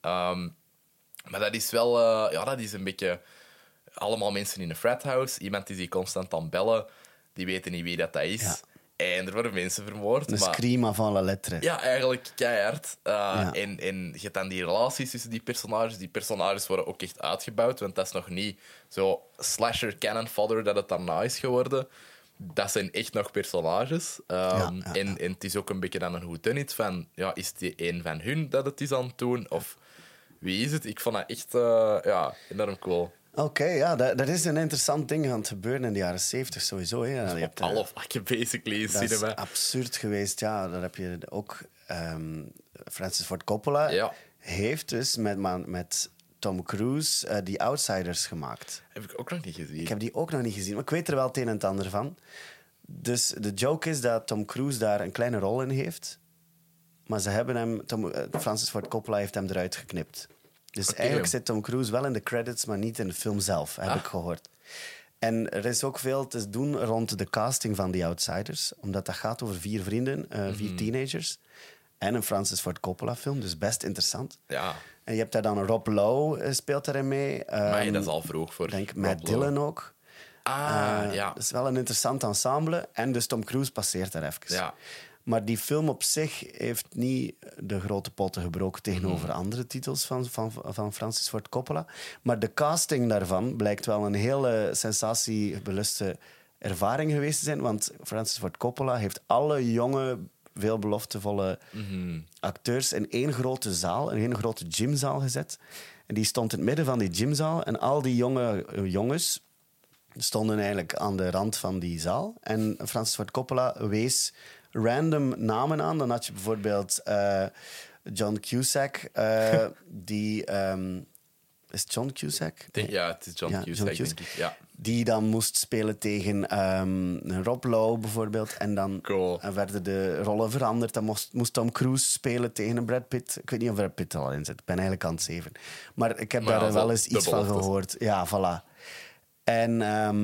Maar dat is wel... dat is een beetje... Allemaal mensen in een frat house, iemand die constant aan bellen, die weten niet wie dat is. Ja. En er worden mensen vermoord. Een maar... scream avant la lettre. Ja, eigenlijk keihard. En je hebt dan die relaties tussen die personages. Die personages worden ook echt uitgebouwd, want dat is nog niet zo slasher cannon fodder dat het daarna is geworden. Dat zijn echt nog personages. En het is ook een beetje dan een whodunit van... Ja, is het een van hun dat het is aan het doen? Of wie is het? Ik vond dat echt enorm cool. Oké, ja, dat is een interessant ding aan het gebeuren in de jaren 70 sowieso. Hè. Je hebt, alle vlakken, basically, in dat cinema. is absurd geweest. Ja, daar heb je ook... Francis Ford Coppola heeft dus met Tom Cruise die Outsiders gemaakt. Heb ik ook nog niet gezien. Ik heb die ook nog niet gezien, maar ik weet er wel het een en het ander van. Dus de joke is dat Tom Cruise daar een kleine rol in heeft. Maar ze hebben hem... Francis Ford Coppola heeft hem eruit geknipt. Dus eigenlijk zit Tom Cruise wel in de credits, maar niet in de film zelf, heb ik gehoord. En er is ook veel te doen rond de casting van The Outsiders. Omdat dat gaat over 4 vrienden, 4 teenagers. En een Francis Ford Coppola film, dus best interessant. Ja. En je hebt daar dan Rob Lowe speelt daarin mee. Maar dat is al vroeg voor Ik denk Rob Matt Lowe. Dillon ook. Ja. Dat is wel een interessant ensemble. En dus Tom Cruise passeert daar even. Ja. Maar die film op zich heeft niet de grote potten gebroken tegenover andere titels van Francis Ford Coppola. Maar de casting daarvan blijkt wel een hele sensatiebeluste ervaring geweest te zijn. Want Francis Ford Coppola heeft alle jonge, veelbeloftevolle acteurs in één grote zaal, in één grote gymzaal gezet. En die stond in het midden van die gymzaal. En al die jonge jongens stonden eigenlijk aan de rand van die zaal. En Francis Ford Coppola wees random namen aan. Dan had je bijvoorbeeld John Cusack, die... is het John Cusack? Ja, het is John Cusack, denk ik. Ja. Die dan moest spelen tegen Rob Lowe, bijvoorbeeld. En dan werden de rollen veranderd. Dan moest Tom Cruise spelen tegen een Brad Pitt. Ik weet niet of Brad Pitt er al in zit. Ik ben eigenlijk aan het zeven. Maar ik heb daar wel eens iets van gehoord. Ja, voilà. En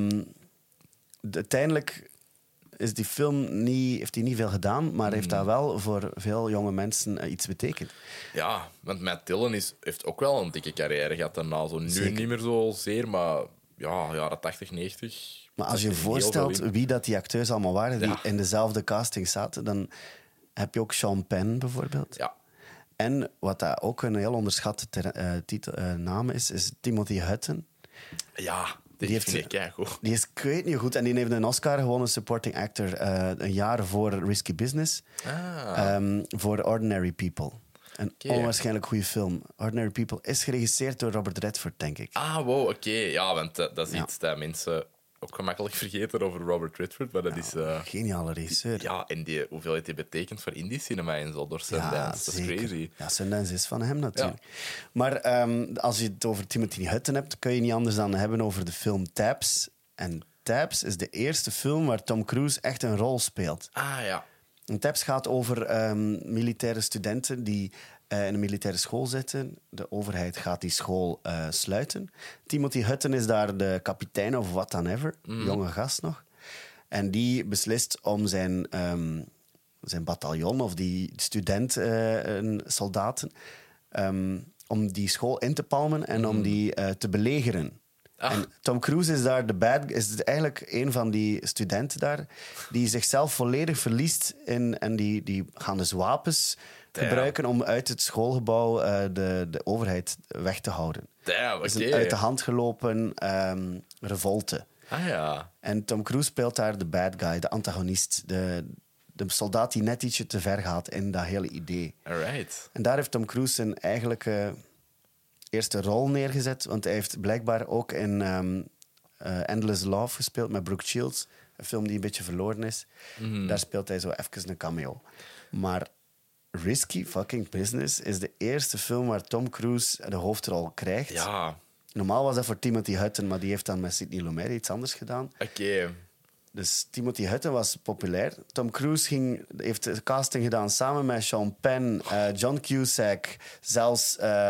uiteindelijk is die film heeft hij niet veel gedaan, maar heeft dat wel voor veel jonge mensen iets betekend. Ja, want Matt Dillon heeft ook wel een dikke carrière gehad daarna. Zo nu niet meer zozeer, maar ja, jaren 80, 90. Maar als je je voorstelt wie dat die acteurs allemaal waren die in dezelfde casting zaten, dan heb je ook Sean Penn bijvoorbeeld. Ja. En wat dat ook een heel onderschatte naam is Timothy Hutton. Ja, die vind ik keigoed. Die is, ik weet niet goed, en die heeft een Oscar gewonnen, supporting actor, een jaar voor Risky Business. Voor Ordinary People. Een Oké. onwaarschijnlijk goede film. Ordinary People is geregisseerd door Robert Redford, denk ik. Ah, wow, oké. Ja, want dat is iets dat mensen ook gemakkelijk vergeten over Robert Redford. Maar dat is... Geniale regisseur. ja, en die hoeveelheid die betekent voor indie cinema en zo, door Sundance. Dat is zeker. crazy. Ja, Sundance is van hem natuurlijk. Maar als je het over Timothy Hutton hebt, kun je niet anders dan hebben over de film Tabs. En Tabs is de eerste film waar Tom Cruise echt een rol speelt. Ah, ja. En Tabs gaat over militaire studenten die in een militaire school zitten. De overheid gaat die school sluiten. Timothy Hutton is daar de kapitein of what dan ever. Jonge gast nog. En die beslist om zijn bataljon of die soldaten... om die school in te palmen en om die te belegeren. En Tom Cruise is daar is eigenlijk een van die studenten daar die zichzelf volledig verliest en die gaan dus wapens gebruiken om uit het schoolgebouw de overheid weg te houden. Damn, Het oké. is een uit de hand gelopen revolte. Ah, ja. En Tom Cruise speelt daar de bad guy, de antagonist, de soldaat die net ietsje te ver gaat in dat hele idee. Alright. En daar heeft Tom Cruise zijn eigenlijke eerste rol neergezet. Want hij heeft blijkbaar ook in Endless Love gespeeld met Brooke Shields. Een film die een beetje verloren is. Daar speelt hij zo even een cameo. Maar Risky Fucking Business is de eerste film waar Tom Cruise de hoofdrol krijgt. Ja, Normaal was dat voor Timothy Hutton, maar die heeft dan met Sidney Lumet iets anders gedaan. oké. Dus Timothy Hutton was populair. Tom Cruise heeft de casting gedaan samen met Sean Penn, John Cusack, zelfs...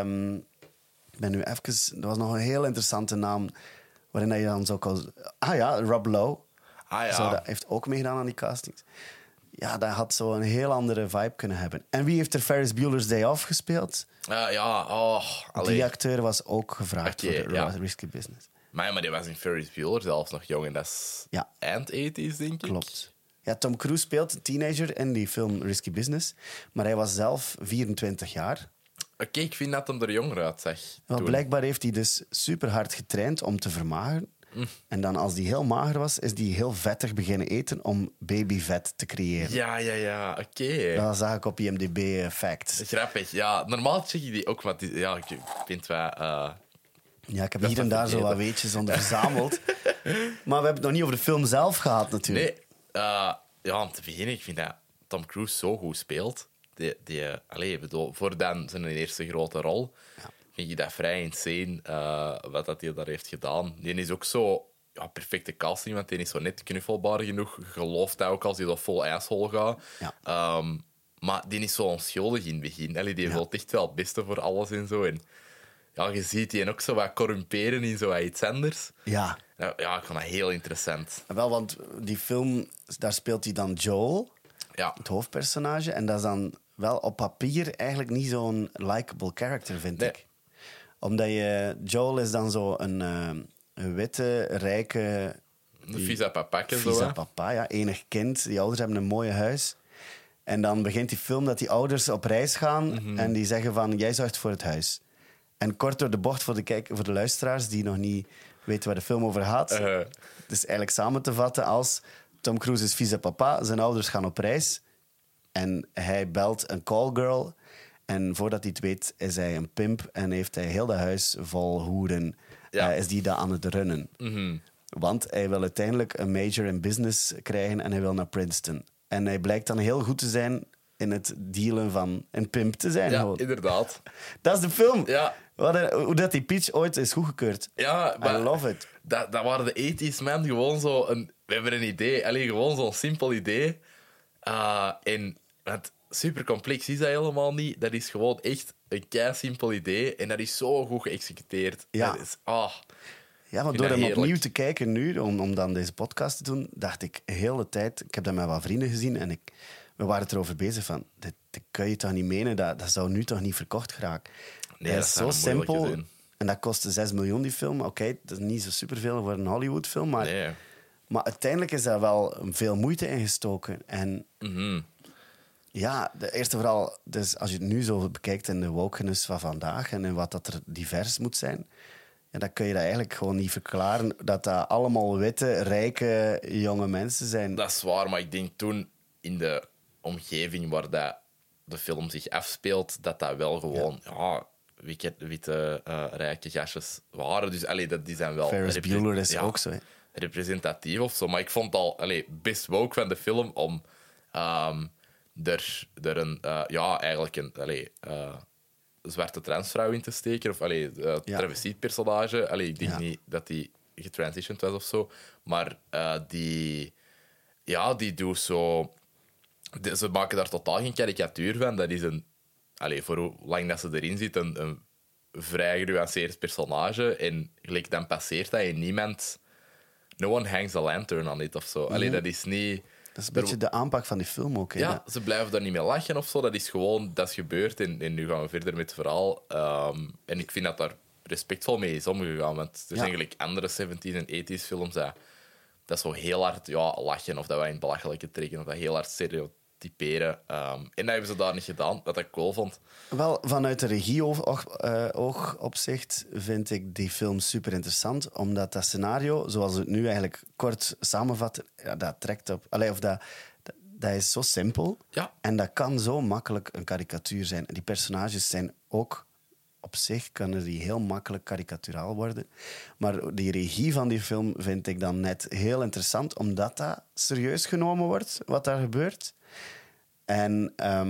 ik ben nu even... Er was nog een heel interessante naam waarin hij dan zo kon... Ah ja, Rob Lowe. Ah, ja. Zo, dat heeft ook meegedaan aan die castings. Ja, dat had zo een heel andere vibe kunnen hebben. En wie heeft er Ferris Bueller's Day Off gespeeld? Ja, oh, allee. Die acteur was ook gevraagd Oké, voor de ja. Risky Business. Maar die was in Ferris Bueller zelfs nog jong. En dat is Ja. eind 80's, denk ik. Klopt. Ja, Tom Cruise speelt een teenager in die film Risky Business. Maar hij was zelf 24 jaar. Oké, ik vind dat hem er jonger uitzag. Wel, toen. blijkbaar heeft hij dus super hard getraind om te vermageren. En dan als hij heel mager was, is hij heel vettig beginnen eten om babyvet te creëren. Ja, oké. Dat zag ik op IMDb Facts. Grappig, ja. Normaal check ik die ook, maar ja, ik vind wel... Ja, ik heb Dat hier en is daar zo wat vergeten. weetjes onder verzameld. Maar we hebben het nog niet over de film zelf gehad, natuurlijk. Nee, ja, om te beginnen, ik vind dat Tom Cruise zo goed speelt. Ik bedoel, voor dan zijn eerste grote rol vind ik dat vrij insane wat dat hij daar heeft gedaan. Die is ook zo perfecte casting, want die is zo net knuffelbaar genoeg. Je gelooft dat ook als hij zo vol asshole gaat. Ja. Maar die is zo onschuldig in het begin. Allee, die wil echt wel het beste voor alles en zo. En ja, je ziet die ook zo wat corrumperen in zo wat iets anders. Ja. Ja, ik vond dat heel interessant. Wel, want die film, daar speelt hij dan Joel, Ja. het hoofdpersonage. En dat is dan wel op papier eigenlijk niet zo'n likable character, vind Nee. ik. Omdat Joel is dan zo een witte, rijke... Een visa papakje zo. Visa hè. papa, ja. Enig kind. Die ouders hebben een mooi huis. En dan begint die film dat die ouders op reis gaan en die zeggen van, jij zorgt voor het huis. En kort door de bocht voor de luisteraars die nog niet weten waar de film over gaat. Het is eigenlijk samen te vatten als Tom Cruise is visa papa, zijn ouders gaan op reis en hij belt een callgirl. En voordat hij het weet is hij een pimp en heeft hij heel dat huis vol hoeren. Ja. Is die dat aan het runnen. Want hij wil uiteindelijk een major in business krijgen en hij wil naar Princeton. En hij blijkt dan heel goed te zijn in het dealen van een pimp te zijn. Ja, gewoon. inderdaad. Dat is de film. Ja. Hoe dat die pitch ooit is goedgekeurd. Ja, maar I love it. Dat waren de 80's, man. Gewoon zo we hebben een idee. Allee, gewoon zo'n simpel idee. En want super complex is dat helemaal niet. Dat is gewoon echt een kei simpel idee. En dat is zo goed geëxecuteerd. Ja. Dat is, Ja, maar vind door dat hem heerlijk. opnieuw te kijken nu, om dan deze podcast te doen, dacht ik de hele tijd... Ik heb dat met wat vrienden gezien en we waren het erover bezig van... Dit kun je toch niet menen? Dat zou nu toch niet verkocht geraken? Nee, dat dat is zou zo moeilijk simpel. zijn. En dat kostte 6 miljoen, die film. Oké, dat is niet zo superveel voor een Hollywoodfilm, maar... nee. Maar uiteindelijk is daar wel veel moeite in gestoken. En ja, de eerste vooral, dus als je het nu zo bekijkt in de wokeness van vandaag en in wat dat er divers moet zijn, ja, dan kun je dat eigenlijk gewoon niet verklaren dat dat allemaal witte, rijke, jonge mensen zijn. Dat is waar, maar ik denk toen in de omgeving waar dat de film zich afspeelt, dat wel gewoon witte rijke gastjes waren. Dus die zijn wel... Ferris Bueller is ook zo, hè. Representatief of zo. Maar ik vond het al best woke van de film om er een... eigenlijk een zwarte transvrouw in te steken. Of travestietpersonage. Ik denk niet dat die getransitioned was of zo. Maar die doet zo... Ze maken daar totaal geen karikatuur van. Dat is voor hoe lang dat ze erin zit, een vrij genuanceerd personage. En gelijk, dan passeert dat en niemand... No one hangs a lantern on it of zo. Dat is niet... Dat is een beetje de aanpak van die film ook. Hè? Ja, ze blijven daar niet mee lachen of zo. Dat is gewoon... Dat is gebeurd en nu gaan we verder met het verhaal. En ik vind dat daar respectvol mee is omgegaan. Want er zijn eigenlijk andere 70s en 80s films dat zo heel hard lachen of dat wij in het belachelijke trekken of dat heel hard stereotyperen. En dat hebben ze daar niet gedaan, wat ik cool vond. Wel, vanuit de regie-oogopzicht vind ik die film super interessant, omdat dat scenario, zoals we het nu eigenlijk kort samenvatten, dat trekt op... Dat is zo simpel en dat kan zo makkelijk een karikatuur zijn. En die personages zijn ook... Op zich kunnen die heel makkelijk karikaturaal worden. Maar die regie van die film vind ik dan net heel interessant, omdat dat serieus genomen wordt, wat daar gebeurt. En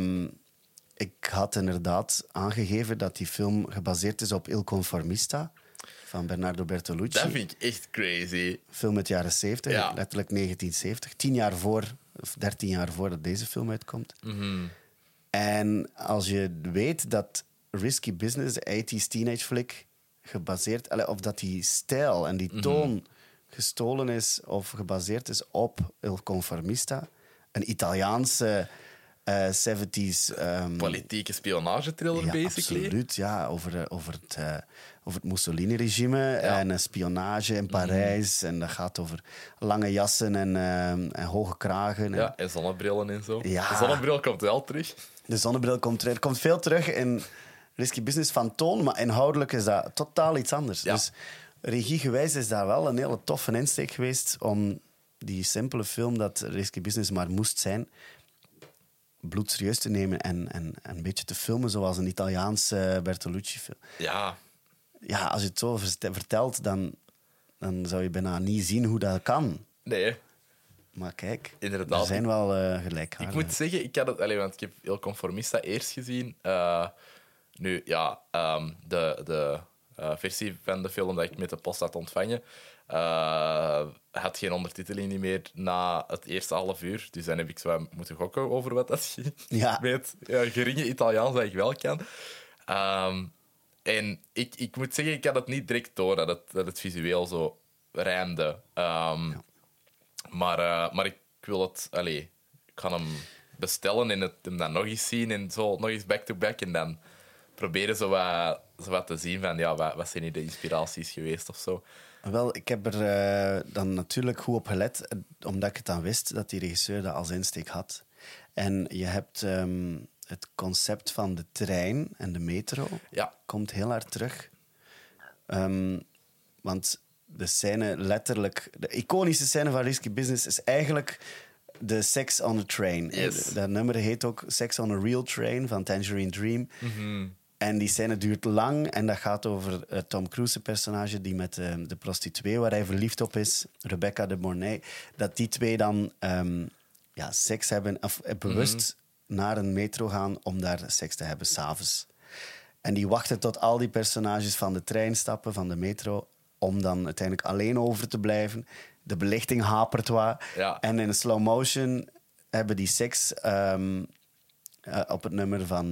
ik had inderdaad aangegeven dat die film gebaseerd is op Il Conformista van Bernardo Bertolucci. Dat vind ik echt crazy. Film uit de jaren 70, letterlijk 1970. 10 jaar voor, of 13 jaar voordat deze film uitkomt. Mm-hmm. En als je weet dat Risky Business, de 80s teenage flick, gebaseerd... Of dat die stijl en die toon gestolen is of gebaseerd is op Il Conformista. Een Italiaanse 70s... politieke spionagetriller, basically. Absoluut, ja. Over het Mussolini-regime en spionage in Parijs. En dat gaat over lange jassen en hoge kragen. Ja, en zonnebrillen en zo. Ja. De zonnebril komt wel terug. De zonnebril komt terug. Er komt veel terug in Risky Business van toon, maar inhoudelijk is dat totaal iets anders. Ja. Dus regiegewijs is dat wel een hele toffe insteek geweest om die simpele film dat Risky Business maar moest zijn, bloedserieus te nemen en een beetje te filmen zoals een Italiaanse Bertolucci-film. Ja. Ja, als je het zo vertelt, dan zou je bijna niet zien hoe dat kan. Nee. Maar kijk, Inderdaad. er zijn wel gelijkheden. Ik moet zeggen, ik had het... want ik heb Il Conformista eerst gezien. Nu, ja, de versie van de film dat ik met de post had ontvangen had geen ondertiteling meer na het eerste half uur. Dus dan heb ik zo moeten gokken over wat dat ging. Ja. Met geringe Italiaans dat ik wel kan. En ik moet zeggen, ik had het niet direct door dat het visueel zo rijmde. Maar ik wil het... ik ga hem bestellen en hem dan nog eens zien en zo nog eens back-to-back en dan proberen zo wat te zien van wat zijn hier de inspiraties geweest of zo. Wel, ik heb er dan natuurlijk goed op gelet, omdat ik het dan wist dat die regisseur dat als insteek had. En je hebt het concept van de trein en de metro komt heel hard terug. Want de scène letterlijk... De iconische scène van Risky Business is eigenlijk de Sex on a Train. Yes. Dat nummer heet ook Sex on a Real Train van Tangerine Dream. Mm-hmm. En die scène duurt lang en dat gaat over Tom Cruise personage die met de prostituee waar hij verliefd op is, Rebecca de Mornay, dat die twee dan seks hebben of bewust naar een metro gaan om daar seks te hebben s'avonds. En die wachten tot al die personages van de trein stappen, van de metro, om dan uiteindelijk alleen over te blijven. De belichting hapert wat. Ja. En in slow motion hebben die seks op het nummer van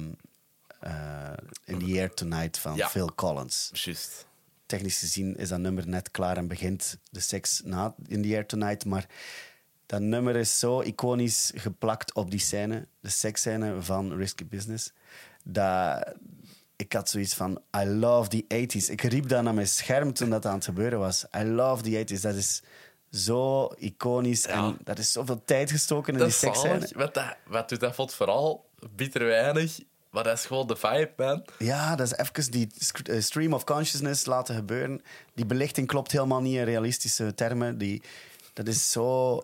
In the Air Tonight van Phil Collins. Juist. Technisch gezien is dat nummer net klaar en begint de seks na In the Air Tonight, maar dat nummer is zo iconisch geplakt op die scène, de seksscène van Risky Business, dat ik had zoiets van I love the 80s. Ik riep dat naar mijn scherm toen dat aan het gebeuren was. I love the 80s. Dat is zo iconisch en dat is zoveel tijd gestoken in die seksscène. Wat doet dat voor het verhaal? Bitter weinig. Maar dat is gewoon de vibe, man. Ja, dat is even die stream of consciousness laten gebeuren. Die belichting klopt helemaal niet in realistische termen. Dat is zo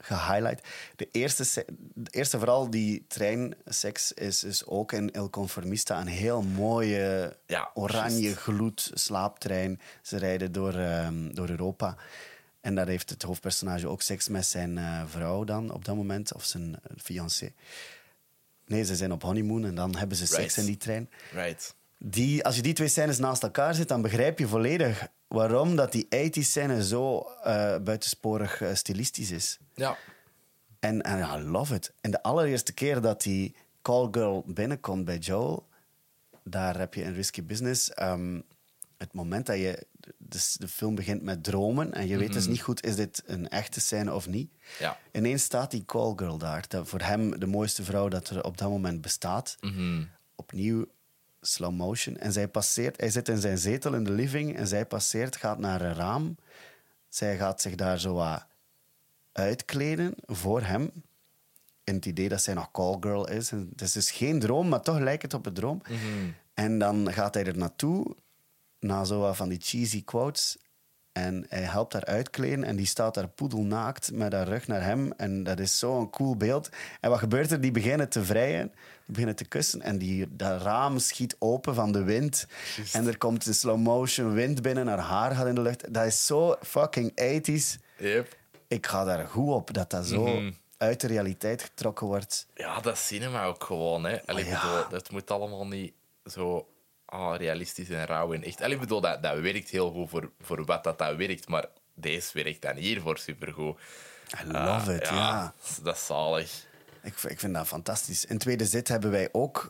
gehighlight. De eerste vooral die treinseks is ook in El Conformista een heel mooie oranje gloed slaaptrein. Ze rijden door Europa. En daar heeft het hoofdpersonage ook seks met zijn vrouw dan op dat moment, of zijn fiancé. Nee, ze zijn op honeymoon en dan hebben ze seks in die trein. Right. Als je die twee scènes naast elkaar zet, dan begrijp je volledig waarom dat die 80's scène zo buitensporig stilistisch is. Ja. En I love it. En de allereerste keer dat die callgirl binnenkomt bij Joel, daar heb je in Risky Business het moment dat je... Dus de film begint met dromen en je weet dus niet goed, is dit een echte scène of niet? Ja. Ineens staat die callgirl daar. Voor hem de mooiste vrouw dat er op dat moment bestaat. Opnieuw slow motion. En hij zit in zijn zetel in de living en zij passeert, gaat naar een raam. Zij gaat zich daar zo wat uitkleden voor hem. In het idee dat zij nog callgirl is. En het is dus geen droom, maar toch lijkt het op een droom. En dan gaat hij er naartoe, na zo wat van die cheesy quotes. En hij helpt haar uitkleden en die staat daar poedelnaakt met haar rug naar hem. En dat is zo'n cool beeld. En wat gebeurt er? Die beginnen te vrijen, die beginnen te kussen. En dat raam schiet open van de wind. Just. En er komt een slow motion wind binnen, haar haar gaat in de lucht. Dat is zo fucking 80's. Yep. Ik ga daar goed op dat dat zo uit de realiteit getrokken wordt. Ja, dat zien we ook gewoon. Hè. Ik bedoel, dat moet allemaal niet zo... realistisch en rauw en echt. Ik bedoel, dat werkt heel goed voor wat dat werkt, maar deze werkt dan hiervoor supergoed. I love it, ja. Dat is zalig. Ik vind dat fantastisch. In Tweede Zit hebben wij ook...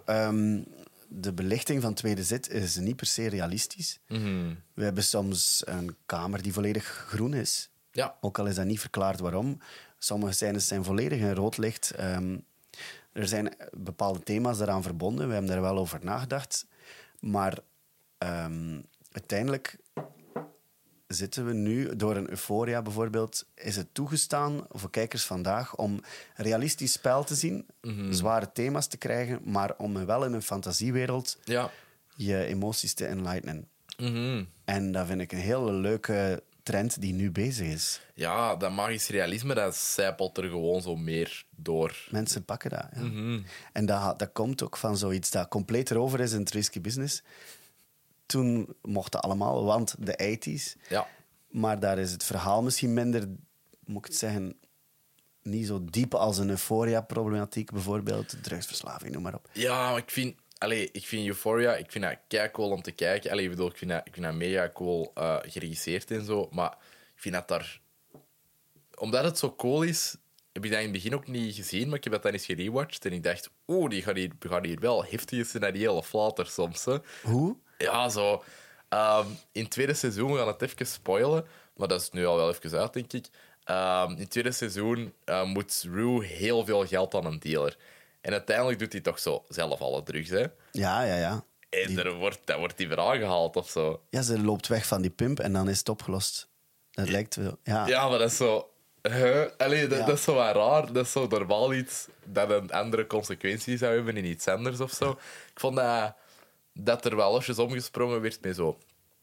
de belichting van Tweede Zit is niet per se realistisch. We hebben soms een kamer die volledig groen is. Ja. Ook al is dat niet verklaard waarom. Sommige scènes zijn volledig in rood licht. Er zijn bepaalde thema's daaraan verbonden. We hebben daar wel over nagedacht. Maar uiteindelijk zitten we nu, door een Euphoria bijvoorbeeld, is het toegestaan voor kijkers vandaag om realistisch spel te zien, zware thema's te krijgen, maar om wel in een fantasiewereld je emoties te enlightenen. En dat vind ik een hele leuke trend die nu bezig is. Ja, dat magisch realisme, dat zijpelt er gewoon zo meer door. Mensen pakken dat, ja. En dat komt ook van zoiets dat compleet erover is in het Risky Business. Toen mochten allemaal, want de 80's. Ja. Maar daar is het verhaal misschien minder, moet ik het zeggen, niet zo diep als een Euphoria-problematiek bijvoorbeeld. Drugsverslaving, noem maar op. Ja, maar ik vind Euphoria, ik vind dat kei cool om te kijken. Ik vind dat mega cool geregisseerd en zo. Maar ik vind dat daar... Omdat het zo cool is, heb ik dat in het begin ook niet gezien, maar ik heb dat dan eens gerewatcht. En ik dacht, die gaan hier wel heftige scenario's flater soms. Hè. Hoe? Ja, zo... in het tweede seizoen, we gaan het even spoilen, maar dat is nu al wel even uit, denk ik. In het tweede seizoen moet Rue heel veel geld aan een dealer. En uiteindelijk doet hij toch zo zelf alle drugs, hè? Ja. En dat wordt die weer aangehaald of zo. Ja, ze loopt weg van die pimp en dan is het opgelost. Dat lijkt wel. Ja, maar dat is zo... dat is zo wat raar. Dat is zo normaal iets dat een andere consequentie zou hebben in iets anders of zo. Ik vond dat er wel losjes omgesprongen werd met zo...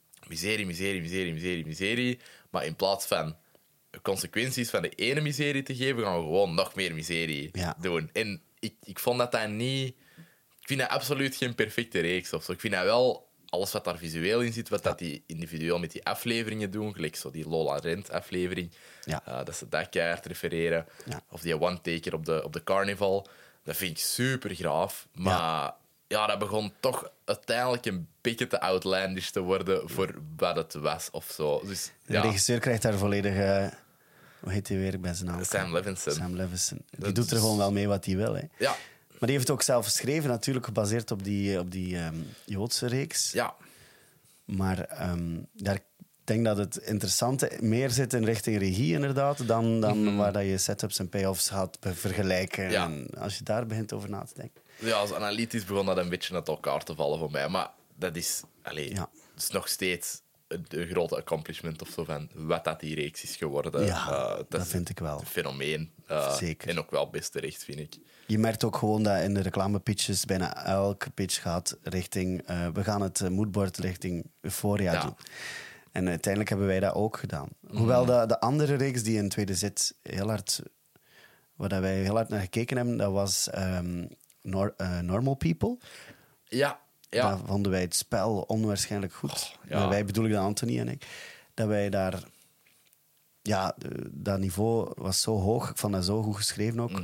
Miserie. Maar in plaats van consequenties van de ene miserie te geven, gaan we gewoon nog meer miserie doen. En ik vond dat niet... Ik vind dat absoluut geen perfecte reeks of zo. Ik vind dat wel... Alles wat daar visueel in zit, wat dat die individueel met die afleveringen doen, gelijk zo die Lola Rent-aflevering, dat ze dat keihard refereren. Ja. Of die one-taker op de carnival. Dat vind ik super graaf. Maar dat begon toch uiteindelijk een beetje te outlandish te worden voor wat het was of zo. Dus, de regisseur krijgt daar volledig... hoe heet hij weer? Ik ben zijn naam. Sam Levinson. Die doet er gewoon wel mee wat hij wil. Hè. Ja. Maar die heeft het ook zelf geschreven, natuurlijk gebaseerd op die Joodse reeks. Ja. Maar ik denk dat het interessante meer zit in richting regie, inderdaad, dan waar dat je setups en payoffs gaat vergelijken. Ja. En als je daar begint over na te denken. Ja, als analytisch begon dat een beetje uit elkaar te vallen voor mij. Maar dat is, het is nog steeds een grote accomplishment of zo van wat dat die reeks is geworden. Ja, dat vind ik wel. Een fenomeen. Zeker. En ook wel best terecht, vind ik. Je merkt ook gewoon dat in de reclamepitches bijna elke pitch gaat richting... we gaan het moodboard richting Euphoria doen. En uiteindelijk hebben wij dat ook gedaan. Hoewel de andere reeks die in tweede zit heel hard waar dat wij heel hard naar gekeken hebben, dat was Normal People. Ja. Daar vonden wij het spel onwaarschijnlijk goed. ja. Wij bedoel ik dan Anthony en ik. Dat wij daar... Ja, dat niveau was zo hoog. Ik vond dat zo goed geschreven ook.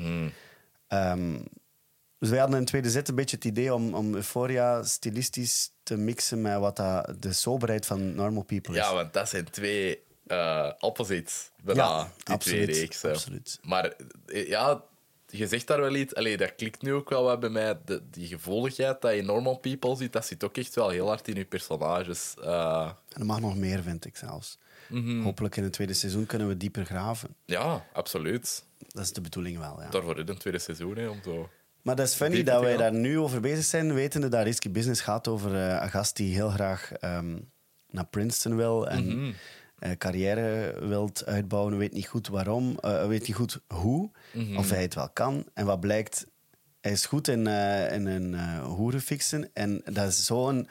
Dus wij hadden in de tweede zet een beetje het idee om Euphoria stilistisch te mixen met wat de soberheid van Normal People is. Ja, want dat zijn twee opposites. Ja, die absoluut, twee reeksen. absoluut. Maar ja, je zegt daar wel iets. Allee, dat klikt nu ook wel wat bij mij. Die gevoeligheid dat je Normal People ziet, dat zit ook echt wel heel hard in je personages. En er mag nog meer, vind ik zelfs. Hopelijk in het tweede seizoen kunnen we dieper graven. Ja, absoluut. Dat is de bedoeling wel, ja. Daarvoor in het tweede seizoen, hè, om zo... Maar dat is funny Dieper dat te wij gaan. daar nu over bezig zijn, wetende dat Risky Business gaat over een gast die heel graag naar Princeton wil en carrière wilt uitbouwen, weet niet goed waarom, weet niet goed hoe, of hij het wel kan. En wat blijkt, hij is goed in een hoeren fixen. En dat is zo'n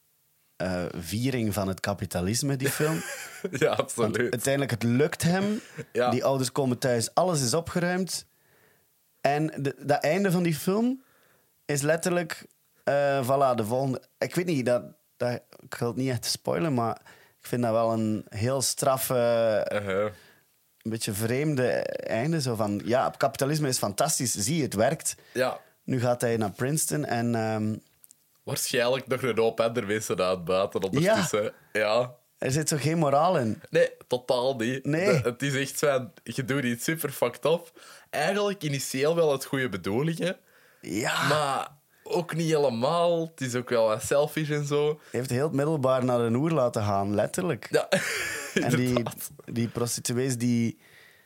viering van het kapitalisme, die film. Ja, Want absoluut. uiteindelijk, het lukt hem. Ja. Die ouders komen thuis, alles is opgeruimd. En dat einde van die film is letterlijk... voilà, de volgende... Ik weet niet, ik wil het niet echt spoilen, maar ik vind dat wel een heel straffe, een beetje vreemde einde. Zo van, ja, kapitalisme is fantastisch, zie, het werkt. Ja. Nu gaat hij naar Princeton en... Waarschijnlijk nog een hoop andere mensen aan het buiten ondertussen. Ja. er zit zo geen moraal in. Nee, totaal niet. Nee. Het is echt zo, je doet iets super fucked up. Eigenlijk initieel wel het goede bedoelingen, Ja, maar ook niet helemaal. Het is ook wel wat selfish en zo. hij heeft heel het middelbaar naar een oer laten gaan, letterlijk. Ja, En inderdaad. die prostituees, die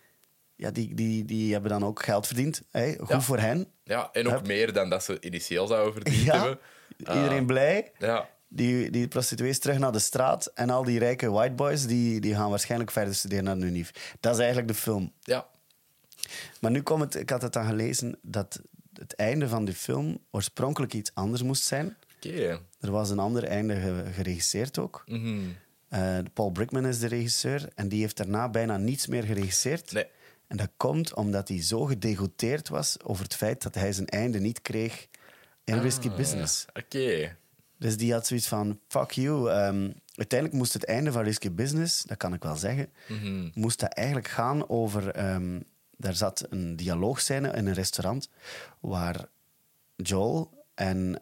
hebben dan ook geld verdiend. Hè? Goed Ja. voor hen. Ja, en ook Hup. meer dan dat ze initieel zouden verdiend Ja, hebben. iedereen blij. Ja. Die prostituees terug naar de straat. En al die rijke white boys, die gaan waarschijnlijk verder studeren naar de UNIF. Dat is eigenlijk de film. Ja. Maar nu komt het... Ik had het dan gelezen dat het einde van de film oorspronkelijk iets anders moest zijn. Oké. Er was een ander einde geregisseerd ook. Paul Brickman is de regisseur. En die heeft daarna bijna niets meer geregisseerd. Nee. En dat komt omdat hij zo gedegoteerd was over het feit dat hij zijn einde niet kreeg in Risky Business. Oké. Dus die had zoiets van, fuck you. Uiteindelijk moest het einde van Risky Business, dat kan ik wel zeggen, moest dat eigenlijk gaan over... daar zat een dialoogscène in een restaurant waar Joel en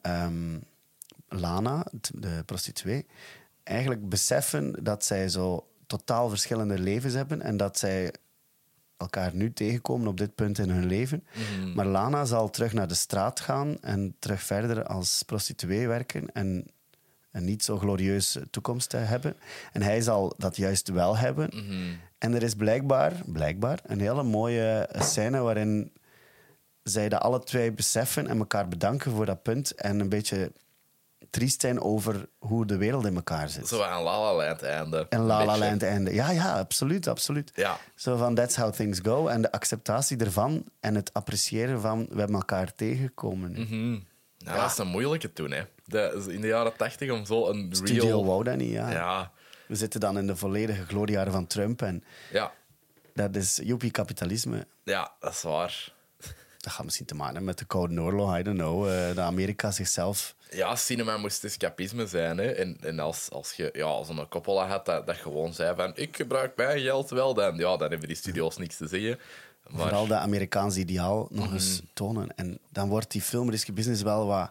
Lana, de prostituee, eigenlijk beseffen dat zij zo totaal verschillende levens hebben en dat zij elkaar nu tegenkomen op dit punt in hun leven. Maar Lana zal terug naar de straat gaan en terug verder als prostituee werken en een niet zo glorieuze toekomst te hebben. En hij zal dat juist wel hebben. En er is blijkbaar een hele mooie scène waarin zij dat alle twee beseffen en elkaar bedanken voor dat punt en een beetje triest zijn over hoe de wereld in elkaar zit. Zo aan La La Land einde. En La La Beetje. Land einde. Ja, absoluut, absoluut. Ja. Zo van, that's how things go. En de acceptatie ervan en het appreciëren van, we hebben elkaar tegengekomen. Nou, dat is een moeilijke toen, hè. In de jaren 80 om zo een Studio real... wou dat niet, ja. Ja. We zitten dan in de volledige gloriejaren van Trump en Ja. dat is joepie-kapitalisme. Ja, dat is waar. Dat gaat misschien te maken hebben met de Koude Oorlog, I don't know. Dat Amerika zichzelf... Ja, cinema moest escapisme zijn. Hè. En als je zo'n Coppola had dat gewoon zei van ik gebruik mijn geld wel, dan hebben die studio's niks te zeggen. Maar Vooral dat Amerikaans ideaal nog eens tonen. En dan wordt die film Risky Business wel wat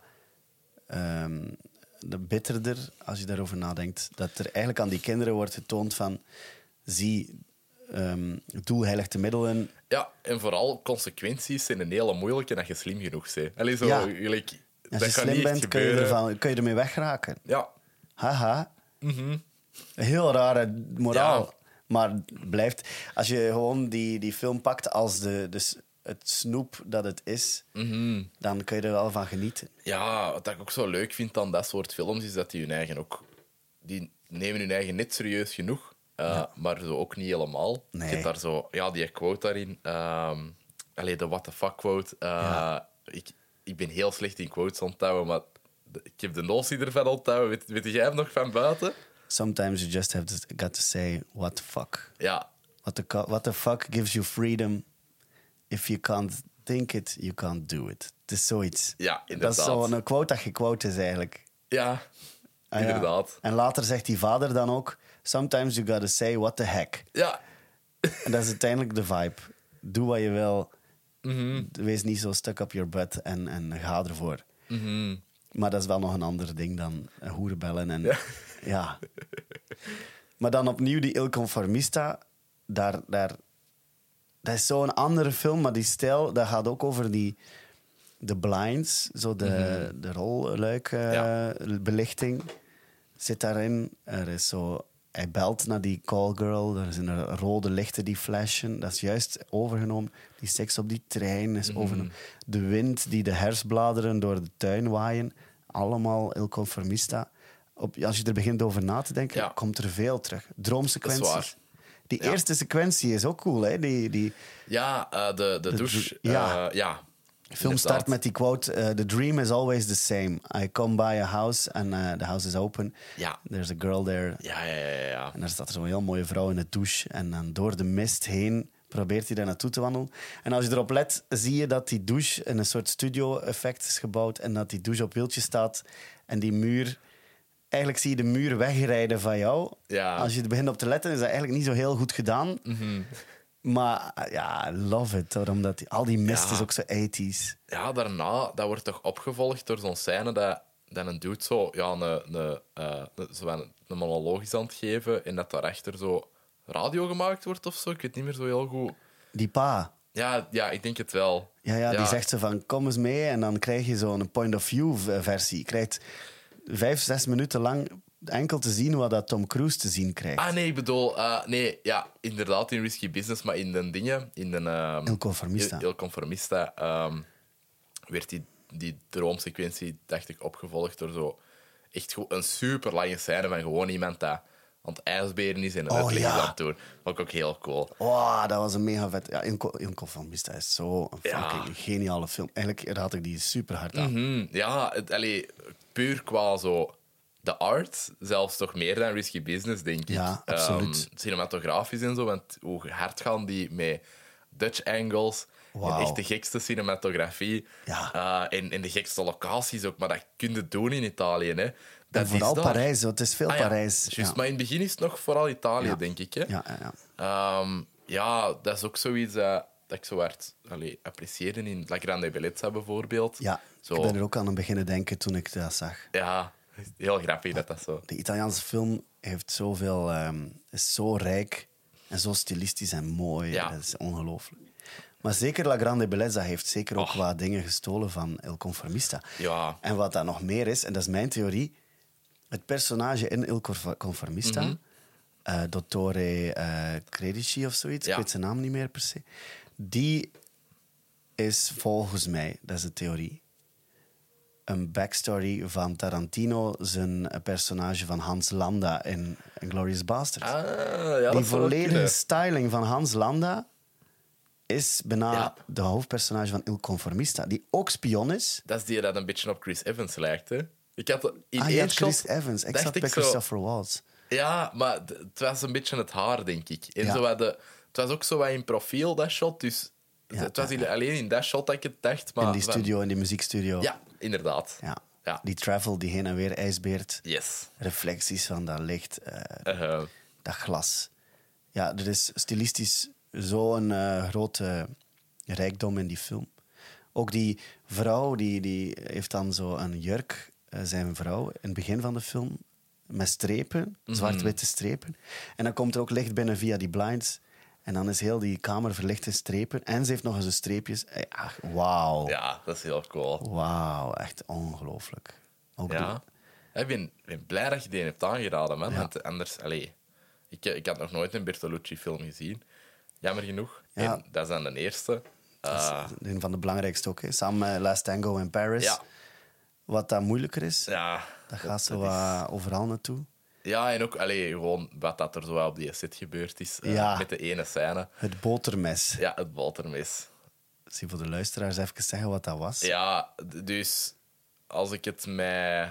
bitterder, als je daarover nadenkt. Dat er eigenlijk aan die kinderen wordt getoond van... Zie, het doel heiligt de middelen. ja, en vooral consequenties zijn een hele moeilijke als je slim genoeg bent. Allee, zo, Ja. like, Als dat je kan slim niet echt bent, kun gebeuren. je ermee wegraken. Ja, Haha. Een heel rare moraal. Ja. Maar het blijft... Als je gewoon die film pakt als het snoep dat het is, dan kun je er wel van genieten. ja, wat ik ook zo leuk vind aan dat soort films, is dat die hun eigen ook... Die nemen hun eigen net serieus genoeg, maar zo ook niet helemaal. Nee. Je hebt daar zo... Ja, die quote daarin. De what the fuck quote. Ik ben heel slecht in quotes onthouden, maar ik heb de notie ervan onthouden. Weet jij hem nog van buiten? Sometimes you just got to say, what the fuck? Ja. What the fuck gives you freedom If you can't think it, you can't do it. Het is zoiets. Ja, inderdaad. Dat is zo'n quote dat gequote is eigenlijk. Ja, Ah, ja. inderdaad. En later zegt die vader dan ook... Sometimes you gotta say what the heck. Ja. En dat is uiteindelijk de vibe. Doe wat je wil. Wees niet zo stuck up your butt en ga ervoor. Maar dat is wel nog een ander ding dan hoerenbellen. En, ja. Maar dan opnieuw die Il Conformista. Dat is zo'n andere film, maar die stijl... Dat gaat ook over de blinds. Zo de rolluikbelichting zit daarin. Er is zo... Hij belt naar die callgirl. Er zijn rode lichten die flashen. Dat is juist overgenomen. Die seks op die trein is overgenomen. De wind die de herfstbladeren door de tuin waaien. Allemaal Il Conformista. Als je er begint over na te denken, komt er veel terug. Droomsequenties. Dat is waar. Die eerste sequentie is ook cool, hè? Ja, de douche. Ja. De film start met die quote: The dream is always the same. I come by a house and the house is open. Ja. There's a girl there. Ja. En daar staat er zo'n heel mooie vrouw in de douche. En dan door de mist heen probeert hij daar naartoe te wandelen. En als je erop let, zie je dat die douche in een soort studio-effect is gebouwd. En dat die douche op wieltjes staat. En die muur... Eigenlijk zie je de muur wegrijden van jou. Ja. Als je er begint op te letten, is dat eigenlijk niet zo heel goed gedaan. Maar ja, I love it. Hoor, omdat al die mist is ook zo 80's. Ja, daarna, dat wordt toch opgevolgd door zo'n scène dat een dude zo een monoloog is aan het geven en dat daarachter zo radio gemaakt wordt of zo. Ik weet niet meer zo heel goed. Die pa. Ja, ik denk het wel. Ja, die zegt zo van, kom eens mee. En dan krijg je zo'n point-of-view versie. Je krijgt 5-6 minuten lang enkel te zien wat dat Tom Cruise te zien krijgt. Ah, nee, ik bedoel... inderdaad, in Risky Business, maar in de dingen... In de, Il Conformista. Il Conformista werd die droomsequentie, dacht ik, opgevolgd door zo... Echt gewoon een super lange scène van gewoon iemand dat aan het ijsberen is en een uitleg aan het doen. Vond ik ook heel cool. Oh, dat was een mega vet... Ja, Il Conformista is zo een fucking geniale film. Eigenlijk raad ik die super hard aan. Ja, puur qua zo... De art, zelfs toch meer dan Risky Business, denk ik. Ja, absoluut. Cinematografisch en zo, want hoe hard gaan die met Dutch angles... Wow. En echt de gekste cinematografie. Ja. En de gekste locaties ook. Maar dat kun je doen in Italië. Hè. Dat En vooral is daar. Parijs, want het is veel Parijs. Juist, maar in het begin is het nog vooral Italië, denk ik. Hè. Dat is ook zoiets dat ik zo hard apprecieerde in La Grande Bellezza bijvoorbeeld. Ja, zo. ik ben er ook aan beginnen denken toen ik dat zag. Ja, heel grappig dat zo... De Italiaanse film heeft zoveel, is zo rijk en zo stilistisch en mooi. Ja. Dat is ongelooflijk. Maar zeker La Grande Bellezza heeft zeker ook wat dingen gestolen van Il Conformista. Ja. En wat dat nog meer is, en dat is mijn theorie, het personage in Il Conformista, Dottore Credici of zoiets, ik weet zijn naam niet meer per se, die is volgens mij, dat is de theorie, een backstory van Tarantino, zijn personage van Hans Landa in Inglourious Basterds. Die volledige styling van Hans Landa is bijna de hoofdpersonage van Il Conformista, die ook spion is. Dat is die dat een beetje op Chris Evans lijkt, hè? Ik had in één één Chris shot... Evans. Ik zat bij Christopher Waltz. Ja, maar het was een beetje het haar, denk ik. En zo het was ook zo wat in profiel, dat shot. Dus het was alleen in dat shot dat ik het dacht. Maar in die studio, in die muziekstudio. Ja, inderdaad. Ja. Die travel die heen en weer ijsbeert. Yes. Reflecties van dat licht. Dat glas. Ja, er is stilistisch zo'n grote rijkdom in die film. Ook die vrouw, die heeft dan zo een jurk, zijn vrouw, in het begin van de film, met strepen, zwart-witte strepen. En dan komt er ook licht binnen via die blinds. En dan is heel die kamer verlicht in strepen. En ze heeft nog eens een streepjes. Wauw. Ja, dat is heel cool. Wauw, echt ongelooflijk. Ook ik ben blij dat je die hebt aangeraden, man. Ja. Want anders... Ik had nog nooit een Bertolucci-film gezien. Jammer genoeg. Ja. En dat is dan de eerste. Dat is een van de belangrijkste ook. Hè. Samen met Last Tango in Paris. Ja. Wat dat moeilijker is. Ja, dat gaat zo overal naartoe. Ja, en ook gewoon wat dat er zo op die set gebeurd is. Met de ene scène. Het botermes. Ja, het botermes. Zie voor de luisteraars even zeggen wat dat was. Ja, dus als ik het mij...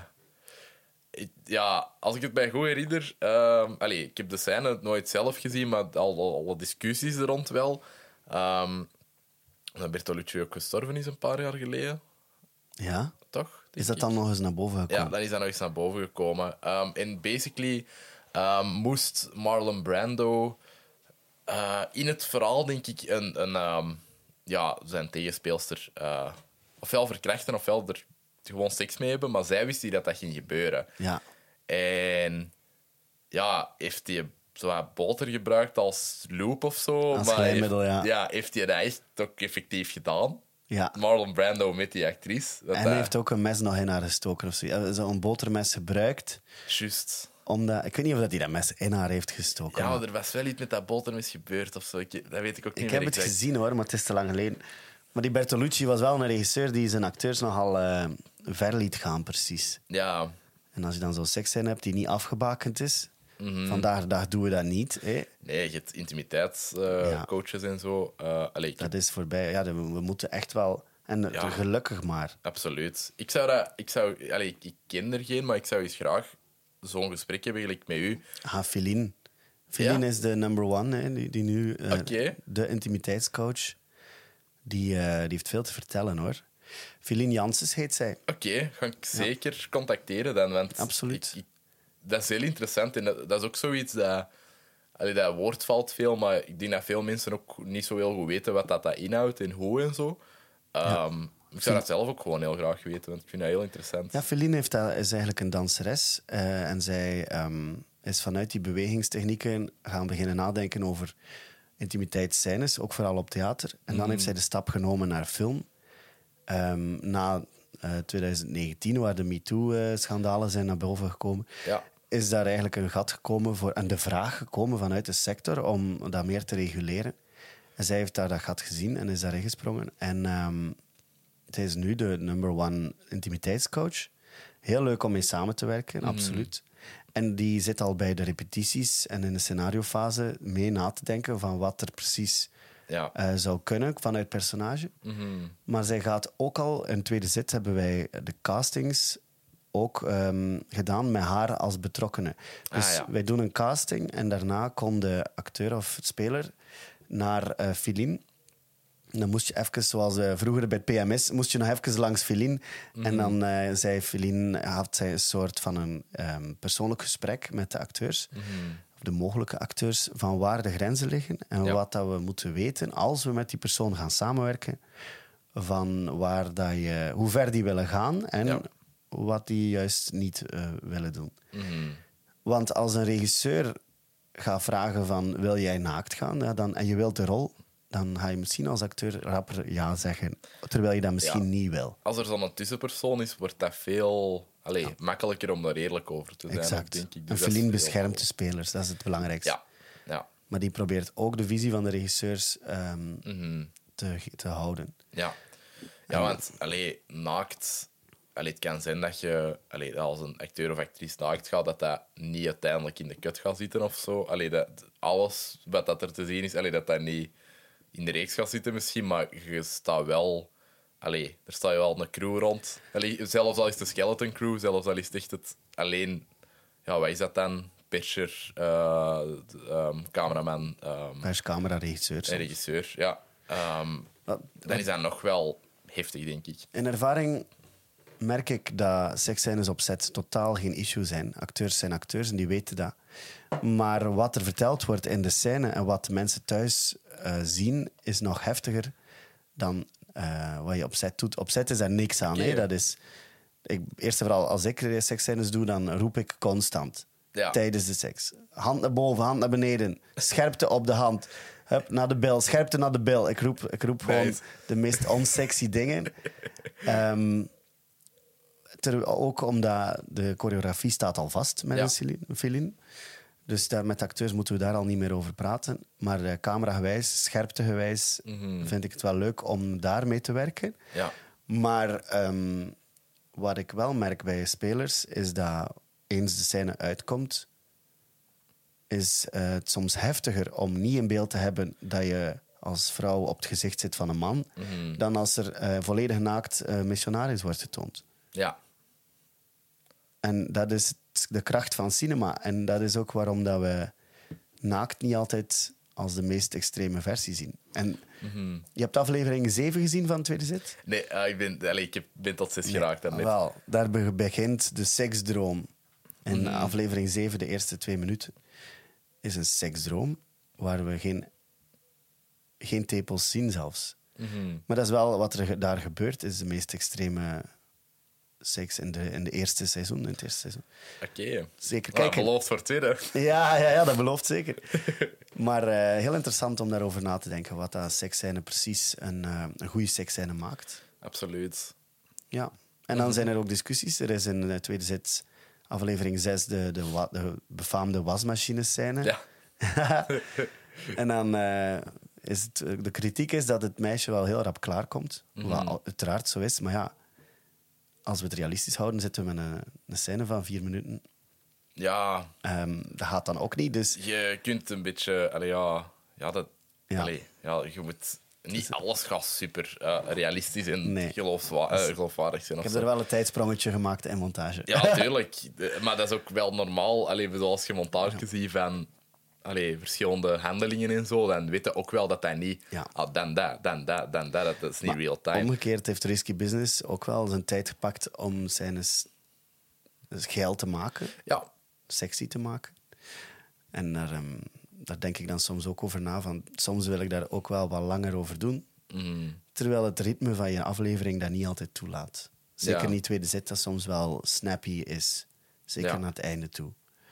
als ik het mij goed herinner... ik heb de scène nooit zelf gezien, maar alle discussies er rond wel. Dat Bertolucci ook gestorven is een paar jaar geleden, Ja? toch? Is dat dan nog eens naar boven gekomen? Ja, dan is dat nog eens naar boven gekomen. En basically moest Marlon Brando in het verhaal, denk ik, zijn tegenspeelster ofwel verkrachten ofwel er gewoon seks mee hebben, maar zij wist niet dat dat ging gebeuren. Ja. En ja, heeft hij zo wat boter gebruikt als loop of zo? Als maar glijmiddel, ja. Heeft hij dat echt ook effectief gedaan? Ja. Marlon Brando met die actrice. En hij heeft ook een mes nog in haar gestoken. Of zo. Zo'n botermes gebruikt. Juist. Omdat, ik weet niet of hij dat mes in haar heeft gestoken. Ja, maar er was wel iets met dat botermis gebeurd of zo. Dat weet ik ook niet Ik meer heb het exact. gezien hoor, maar het is te lang geleden. Maar die Bertolucci was wel een regisseur die zijn acteurs nogal ver liet gaan, precies. Ja, En als je dan zo'n seksscène hebt die niet afgebakend is, vandaag de dag doen we dat niet. Hè. nee, je hebt intimiteitscoaches en zo. Dat is voorbij. Ja, we moeten echt wel... En Ja. gelukkig maar. Absoluut. Ik ken er geen, maar ik zou eens graag zo'n gesprek hebben gelijk met u. Feline. Feline Ja? is de number one, hè, die nu... Oké. De intimiteitscoach. Die heeft veel te vertellen, hoor. Feline Janssens heet zij. Oké, ga ik zeker contacteren dan. Want Absoluut. dat is heel interessant. En dat is ook zoiets dat... dat woord valt veel, maar ik denk dat veel mensen ook niet zo heel goed weten wat dat inhoudt en hoe en zo. Ik zou dat zelf ook gewoon heel graag weten, want ik vind dat heel interessant. Ja, Feline is eigenlijk een danseres. En zij is vanuit die bewegingstechnieken gaan beginnen nadenken over intimiteitsscènes, ook vooral op theater. En dan heeft zij de stap genomen naar film. Na 2019, waar de MeToo-schandalen zijn naar boven gekomen, Ja. is daar eigenlijk een gat gekomen en de vraag gekomen vanuit de sector om dat meer te reguleren. En zij heeft daar dat gat gezien en is daarin gesprongen. En zij is nu de number one intimiteitscoach. Heel leuk om mee samen te werken, absoluut. En die zit al bij de repetities en in de scenariofase mee na te denken van wat er precies zou kunnen vanuit personage. Maar zij gaat ook al, in tweede zit hebben wij de castings ook gedaan met haar als betrokkene. Dus wij doen een casting en daarna kon de acteur of speler naar Feline. Dan moest je even, zoals vroeger bij het PMS, moest je nog even langs Feline. En dan zei Feline, had zij een soort van een persoonlijk gesprek met de acteurs. Of de mogelijke acteurs, van waar de grenzen liggen. En wat dat we moeten weten als we met die persoon gaan samenwerken. Van waar dat hoe ver die willen gaan en wat die juist niet willen doen. Want als een regisseur gaat vragen van, wil jij naakt gaan? Ja, en je wilt de rol, dan ga je misschien als acteur rapper ja zeggen, terwijl je dat misschien niet wil. Als er zo'n tussenpersoon is, wordt dat veel makkelijker om daar eerlijk over te zijn. Exact. Denk ik. En Dus dat is Feline heel beschermt cool. de spelers, dat is het belangrijkste. Ja. Maar die probeert ook de visie van de regisseurs te houden. Ja, want naakt... het kan zijn dat je als een acteur of actrice naakt gaat, dat niet uiteindelijk in de cut gaat zitten of zo. Alles wat dat er te zien is, dat niet in de reeks gaat zitten misschien, maar je staat wel... er staat je wel een crew rond. Zelfs al is de skeleton crew, zelfs al is het echt het alleen... Ja, wat is dat dan? Pitcher, cameraman... Perscamera, regisseurs. en regisseur, ja. Dan is dat nog wel heftig, denk ik. In ervaring merk ik dat seksscènes op set totaal geen issue zijn. Acteurs zijn acteurs en die weten dat. Maar wat er verteld wordt in de scène en wat mensen thuis zien, is nog heftiger dan wat je op set doet. Op set is daar niks aan. Okay. Hè? Dat is, eerst en vooral, als ik seksscènes doe, dan roep ik constant. Ja. Tijdens de seks. Hand naar boven, hand naar beneden. Scherpte op de hand. Hup, naar de bil. Scherpte naar de bil. Ik roep gewoon de meest onsexy dingen. Ook omdat de choreografie staat al vast met een Feline. Dus met de acteurs moeten we daar al niet meer over praten. Maar cameragewijs, scherptegewijs, vind ik het wel leuk om daarmee te werken. Ja. Maar wat ik wel merk bij spelers, is dat eens de scène uitkomt, is het soms heftiger om niet in beeld te hebben dat je als vrouw op het gezicht zit van een man, dan als er volledig naakt missionaris wordt getoond. Ja. En dat is de kracht van cinema. En dat is ook waarom dat we naakt niet altijd als de meest extreme versie zien. En je hebt aflevering 7 gezien van Tweede Zit? Nee, ik ben tot 6 geraakt daarnet. Wel, daar begint de seksdroom. In aflevering 7, de eerste 2 minuten, is een seksdroom waar we geen tepels zien zelfs. Maar dat is wel wat er daar gebeurt, is de meest extreme seks in het eerste seizoen. Oké. Zeker Dat kijken. belooft voor het tweede. Ja, dat belooft zeker. Maar heel interessant om daarover na te denken, wat dat seksscène precies een goede seksscène maakt. Absoluut. Ja. En dan zijn er ook discussies. Er is in de Tweede Zit, aflevering 6, de befaamde wasmachinescène. Ja. En dan de kritiek is dat het meisje wel heel rap klaarkomt. Wat uiteraard zo is. Maar ja, als we het realistisch houden, zitten we met een scène van 4 minuten. Ja. Dat gaat dan ook niet, dus... Je kunt een beetje... je moet... Niet alles gaat super realistisch en geloofwaardig zijn. Ik heb er wel een tijdsprongetje gemaakt in montage. Ja, tuurlijk. Maar dat is ook wel normaal. Als je montage ziet van verschillende handelingen en zo, dan weet je ook wel dat hij niet... Ja. Dan dat is niet real time. Omgekeerd heeft Risky Business ook wel zijn tijd gepakt om scènes geil te maken. Ja. Sexy te maken. En daar denk ik dan soms ook over na. Van, soms wil ik daar ook wel wat langer over doen. Terwijl het ritme van je aflevering dat niet altijd toelaat. Zeker niet Tweede Zit, dat soms wel snappy is. Zeker naar het einde toe.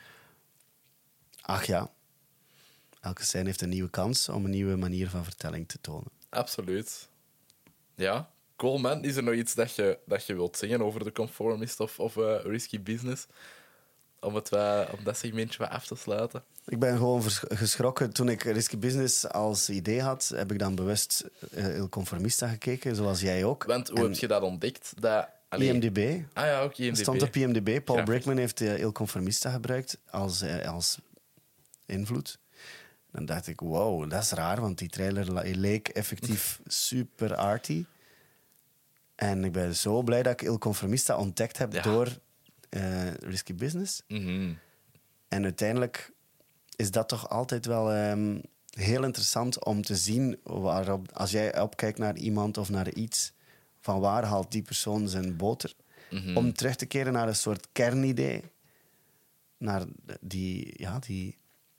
Ach ja. Elke scène heeft een nieuwe kans om een nieuwe manier van vertelling te tonen. Absoluut. Ja. Cool, man. Is er nog iets dat je wilt zeggen over The Conformist of Risky Business? Om dat segmentje wat af te sluiten. Ik ben gewoon geschrokken. Toen ik Risky Business als idee had, heb ik dan bewust Il Conformista gekeken, zoals jij ook. Want hoe heb je dat ontdekt? IMDb. Ah ja, ook IMDb. Het stond op IMDb. Paul Ja. Brickman heeft Il Conformista gebruikt als invloed. Dan dacht ik, wow, dat is raar, want die trailer leek effectief super arty. En ik ben zo blij dat ik Il Conformista ontdekt heb door Risky Business. En uiteindelijk is dat toch altijd wel heel interessant om te zien waarop, als jij opkijkt naar iemand of naar iets, van waar haalt die persoon zijn boter? Om terug te keren naar een soort kernidee, naar die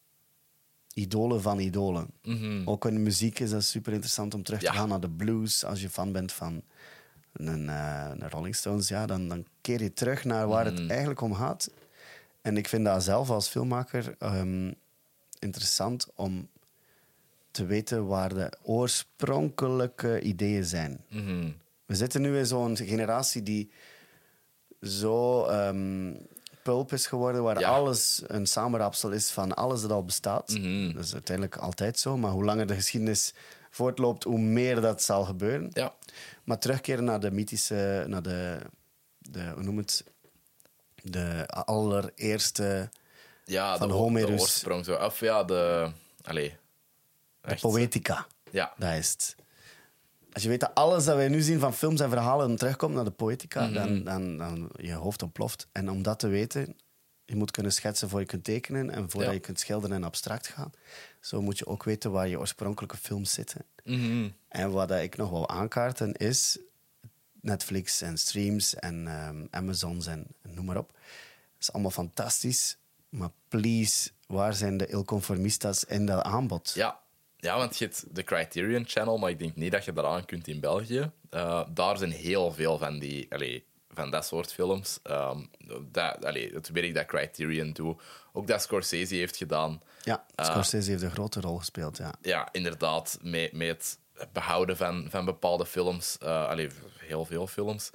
idolen van idolen. Ook in muziek is dat super interessant om terug te gaan naar de blues. Als je fan bent van een Rolling Stones, dan keer je terug naar waar het eigenlijk om gaat. En ik vind dat zelf als filmmaker interessant om te weten waar de oorspronkelijke ideeën zijn. We zitten nu in zo'n generatie die zo pulp is geworden, waar alles een samenrapsel is van alles dat al bestaat. Dat is uiteindelijk altijd zo, maar hoe langer de geschiedenis voortloopt, hoe meer dat zal gebeuren. Ja. Maar terugkeren naar de mythische, naar de hoe noem het, de allereerste van Homerus. De oorsprong zo. Of ja, de Poetica. Ja. Dat is het. Als je weet dat alles dat wij nu zien van films en verhalen terugkomt naar de Poetica, dan je hoofd ontploft. En om dat te weten, je moet kunnen schetsen voor je kunt tekenen en voordat je kunt schilderen en abstract gaan. Zo moet je ook weten waar je oorspronkelijke films zitten. En wat ik nog wil aankaarten is Netflix en streams en Amazons en noem maar op. Dat is allemaal fantastisch, maar please, waar zijn de Il Conformistas in dat aanbod? Ja, want je hebt de Criterion Channel, maar ik denk niet dat je daaraan kunt in België. Daar zijn heel veel van dat soort films. Het werk dat Criterion doet, ook dat Scorsese heeft gedaan. Ja, Scorsese heeft een grote rol gespeeld, ja. Ja, inderdaad, met het behouden van bepaalde films. Heel veel films.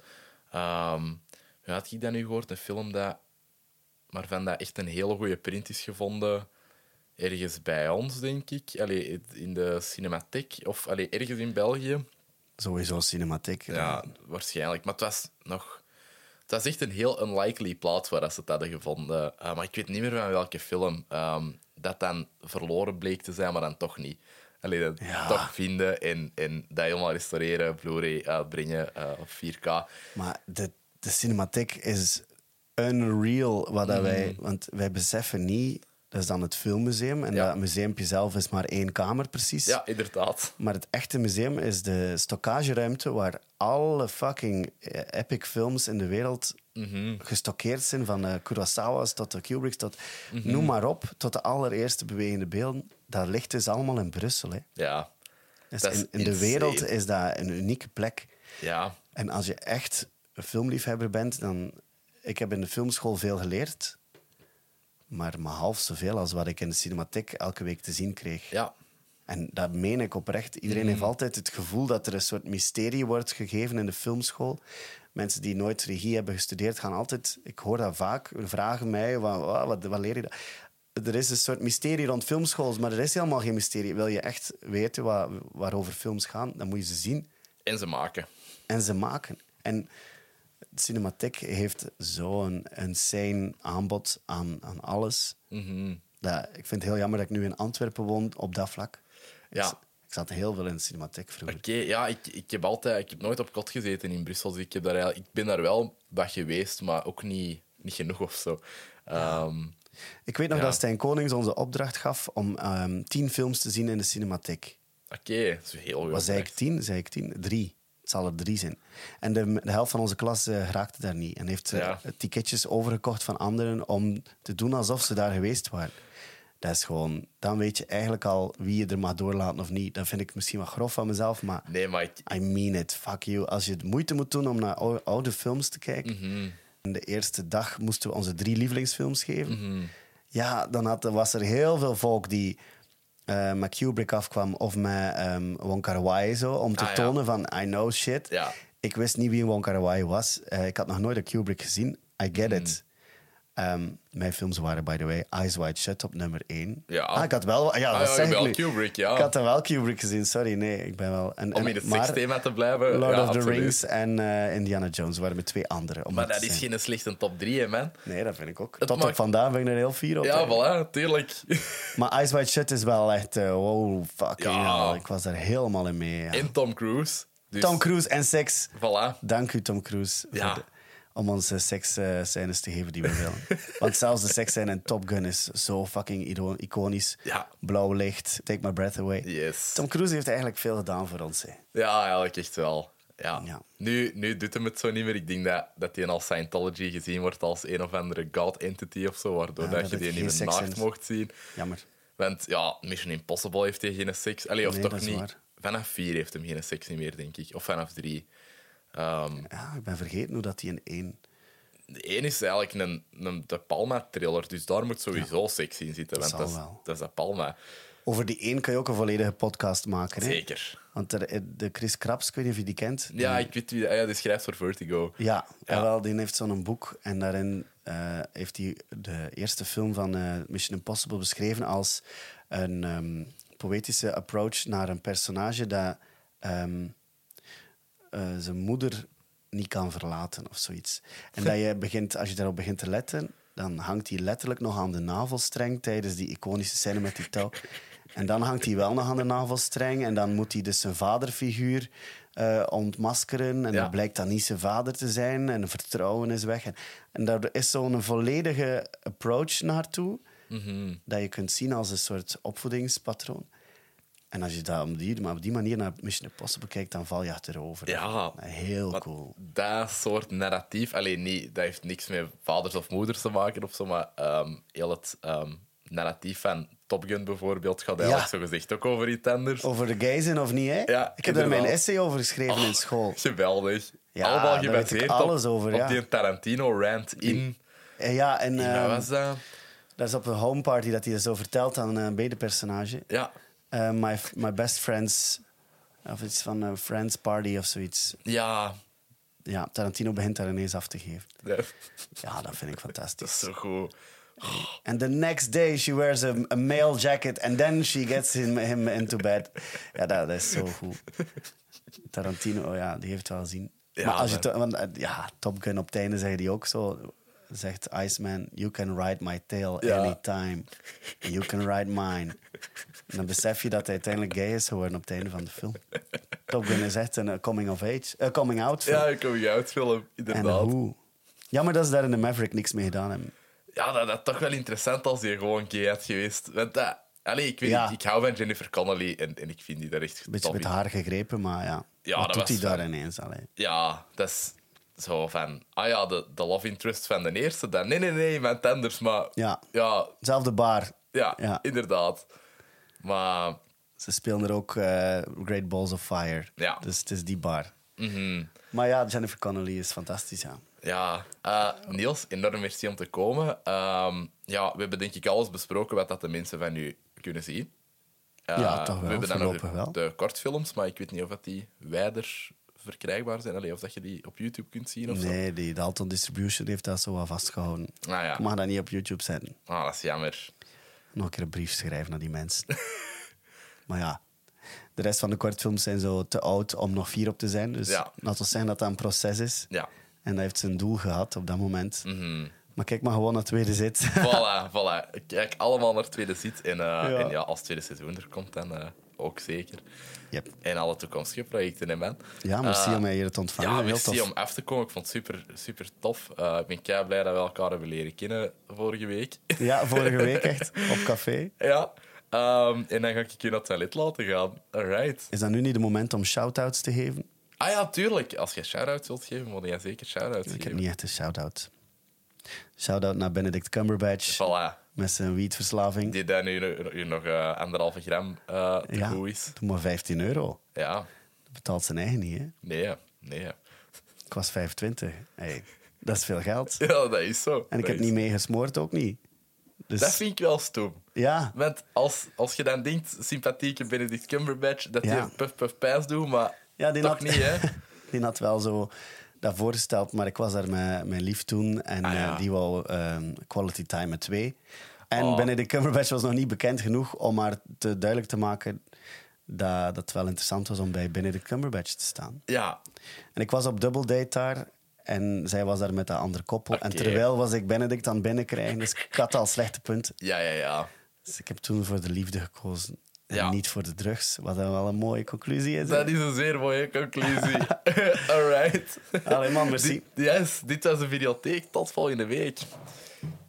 Hoe had ik dat nu gehoord? Een film waarvan dat echt een hele goede print is gevonden... Ergens bij ons, denk ik. In de Cinematheek. Of ergens in België. Sowieso Cinematheek. Ja, waarschijnlijk. Maar het was echt een heel unlikely plaats waar ze het hadden gevonden. Maar ik weet niet meer van welke film. Dat dan verloren bleek te zijn, maar dan toch niet. Toch vinden en dat helemaal restaureren, Blu-ray uitbrengen op 4K. Maar de Cinematheek is unreal. Want wij beseffen niet Dat is dan het filmmuseum. En dat museumpje zelf is maar 1 kamer precies. Ja, inderdaad. Maar het echte museum is de stockageruimte waar alle fucking epic films in de wereld gestockeerd zijn. Van Kurosawa's tot de Kubricks tot noem maar op, tot de allereerste bewegende beelden. Dat ligt dus allemaal in Brussel. Hè. Ja. Dus Dat is in de wereld insane. is dat een unieke plek. Ja. En als je echt een filmliefhebber bent, dan... Ik heb in de filmschool veel geleerd, maar half zoveel als wat ik in de cinematheek elke week te zien kreeg. Ja. En dat meen ik oprecht. Iedereen heeft altijd het gevoel dat er een soort mysterie wordt gegeven in de filmschool. Mensen die nooit regie hebben gestudeerd gaan altijd... Ik hoor dat vaak, vragen mij, wat leer je? Er is een soort mysterie rond filmschools, maar er is helemaal geen mysterie. Wil je echt weten waarover films gaan, dan moet je ze zien. En ze maken. En ze maken. En de cinematheek heeft zo'n insane aanbod aan alles. Dat, ik vind het heel jammer dat ik nu in Antwerpen woon op dat vlak. Ja. Ik zat heel veel in de cinematheek vroeger. Oké, ja, ik heb nooit op kot gezeten in Brussel, dus ik ben daar wel wat geweest, maar ook niet genoeg of zo. Ik weet nog dat Stijn Konings onze opdracht gaf om 10 films te zien in de cinematheek. Oké, dat is heel goed. Wat zei ik 10? Zei ik 10? 3. Het zal er 3 zijn. En de helft van onze klas raakte daar niet. En heeft ticketjes overgekocht van anderen om te doen alsof ze daar geweest waren. Dat is gewoon... Dan weet je eigenlijk al wie je er mag doorlaten of niet. Dat vind ik misschien wat grof van mezelf, maar... Nee, maar I mean it. Fuck you. Als je de moeite moet doen om naar oude films te kijken... En de eerste dag moesten we onze 3 lievelingsfilms geven. Ja, dan was er heel veel volk die met Kubrick afkwam of met Wong Kar-wai zo, om te tonen van I know shit. Ja. Ik wist niet wie Wong Kar-wai was. Ik had nog nooit een Kubrick gezien. I get it. Mijn films waren, by the way, Eyes Wide Shut op nummer 1. Ja. Ik had wel... Ja, dat zeg ik wel nu. Kubrick, ja. Ik had er wel Kubrick gezien, sorry. Nee, ik ben wel... Om in het seksthema te blijven. Lord ja, of the absoluut. Rings en Indiana Jones waren met 2 andere. Maar dat is geen slechte top 3, hè, man. Nee, dat vind ik ook. Het Tot maakt- op vandaag ben ik er heel fier op. Ja, hè. voilà, tuurlijk. Maar Eyes Wide Shut is wel echt... wow, fucking Ja. hell. Ik was daar helemaal in mee. Ja. En Tom Cruise. Dus, Tom Cruise en seks. Voilà. Dank u, Tom Cruise. Ja. Om ons seksscènes te geven die we willen. Want zelfs de seksscène in Top Gun is zo fucking iconisch. Ja. Blauw licht, take my breath away. Yes. Tom Cruise heeft eigenlijk veel gedaan voor ons. Hè. Ja, eigenlijk echt wel. Ja. Ja. Nu doet hem het zo niet meer. Ik denk dat hij als Scientology gezien wordt als een of andere god entity of zo, waardoor Ja, dat dat je het die geen niet meer seks naakt is. mocht zien. Jammer. Want ja, Mission Impossible heeft hij geen seks. Allee, of Nee, toch dat is niet. waar. Vanaf 4 heeft hem geen seks niet meer, denk ik. Of vanaf 3. Ja, ik ben vergeten hoe dat hij in 1... De 1 is eigenlijk een De Palma-thriller, dus daar moet sowieso seks in zitten. Dat Want zal wel. dat is De Palma. Over die 1 kan je ook een volledige podcast maken. Hè? Zeker. Want de Chris Kraps, ik weet niet of je die kent. Ja, ik weet wie... Die schrijft voor Vertigo. Ja, Ja. Wel, die heeft zo'n boek. En daarin heeft hij de eerste film van Mission Impossible beschreven als een poëtische approach naar een personage dat zijn moeder niet kan verlaten of zoiets. En dat je begint, als je daarop begint te letten, dan hangt hij letterlijk nog aan de navelstreng tijdens die iconische scène met die touw. En dan hangt hij wel nog aan de navelstreng en dan moet hij dus zijn vaderfiguur ontmaskeren. En Ja. dan blijkt dat niet zijn vader te zijn en het vertrouwen is weg. En daar is zo'n volledige approach naartoe dat je kunt zien als een soort opvoedingspatroon. En als je dat op die manier naar Mission Impossible kijkt, dan val je achterover. Ja. Heel Maar cool. dat soort narratief... Alleen niet, dat heeft niks met vaders of moeders te maken of zo, maar heel het narratief van Top Gun bijvoorbeeld gaat eigenlijk zogezegd ook over iets anders. Over de geizen of niet, hè? Ja, Ik heb daar mijn inderdaad. essay over geschreven in school. Geweldig. Ja, Allemaal daar weet ik gebaseerd alles over, op ja. die Tarantino-rant in... Ja, en Wat was dat? dat is op een homeparty dat hij dat zo vertelt aan een bedepersonage. Ja. My best friends... Of iets van Friends Party of zoiets. Ja. Ja, Tarantino begint daar ineens af te geven. Dat Ja, dat vind ik is fantastisch. zo goed. And the next day she wears a male jacket and then she gets him into bed. Ja, dat is zo goed. Tarantino, ja, die heeft wel zin. Ja, maar als je maar- want, Top Gun op het einde zei die ook zo. Zegt Iceman, you can ride my tail Ja. anytime. You can ride mine. En dan besef je dat hij uiteindelijk gay is geworden op het einde van de film. Top Gun is echt een coming-out film. Ja, een coming-out film, En inderdaad. hoe? Jammer dat ze daar in de Maverick niks mee gedaan hebben. Ja, dat is toch wel interessant als die gewoon gay had geweest. Want ik weet Ja. niet, ik hou van Jennifer Connelly en ik vind die daar echt Beetje top met in. haar gegrepen, maar ja. Ja, Wat dat doet hij was daar fijn. ineens? Allee. Ja, dat is zo van... de love interest van de eerste. Dan, nee, mijn tenders. Maar Ja. ja, Zelfde bar. ja, Ja. inderdaad. Maar Ze spelen er ook Great Balls of Fire. Ja. Dus het is die bar. mhm. Maar ja, Jennifer Connelly is fantastisch, ja. Ja, Niels, enorm merci om te komen. We hebben denk ik alles besproken wat dat de mensen van u kunnen zien. Ja, toch wel, We hebben dan nog voorlopig wel. de kortfilms, maar ik weet niet of dat die wijder verkrijgbaar zijn. Allee, of dat je die op YouTube kunt zien of zo. Nee, die Dalton Distribution heeft dat zo wel vastgehouden. Nou ja, Ik mag dat niet op YouTube zetten. dat is jammer. Nog een keer een brief schrijven naar die mensen. Maar ja, de rest van de kortfilms zijn zo te oud om nog 4 op te zijn. Dus Ja. laten we zeggen dat dat een proces is. Ja, En dat heeft zijn doel gehad op dat moment. mhm. Maar kijk maar gewoon naar het tweede zit. Voilà. Ik kijk allemaal naar het tweede zit. En als het tweede seizoen er komt, dan ook zeker. Yep. En alle toekomstige projecten, hè, man. Ja, merci om mij hier te ontvangen. Ja, Heel merci tof. om af te komen. Ik vond het super, super tof. Ik ben kei blij dat we elkaar hebben leren kennen vorige week. Ja, vorige week echt, op café. Ja. En dan ga ik je naar het toilet laten gaan. Alright. Is dat nu niet het moment om shout-outs te geven? Ah ja, tuurlijk. Als je shout-outs wilt geven, moet jij zeker shout-outs Ik heb geven. niet echt een shout-out. Shout-out naar Benedict Cumberbatch Voilà. met zijn wietverslaving. Die daar nu nog 1,5 gram te Ja, goed is. doe maar €15. Ja. Dat betaalt zijn eigen niet, hè? Nee. Ik was 25. Hey, dat is veel geld. Ja, dat is zo. En ik heb niet mee gesmoord, ook niet. Dus Dat vind ik wel stom. ja, Want als je dan denkt, sympathieke Benedict Cumberbatch, dat Ja. hij puff puff pijs doet, maar ja die toch had, niet, hè? die had wel zo dat voorgesteld, maar ik was daar met mijn lief toen en ja. die wou quality time met 2. En Oh. Benedict Cumberbatch was nog niet bekend genoeg om maar te duidelijk te maken dat het wel interessant was om bij Benedict Cumberbatch te staan. Ja. En ik was op double date daar en zij was daar met dat andere koppel. En Oké. terwijl was ik Benedict aan het binnenkrijgen, dus ik had al slechte punten. Ja. Dus ik heb toen voor de liefde gekozen en Ja. niet voor de drugs, wat dan wel een mooie conclusie is. hè. Dat is een zeer mooie conclusie. Alright. Allee man, merci. Dit was de videotheek. Tot volgende week.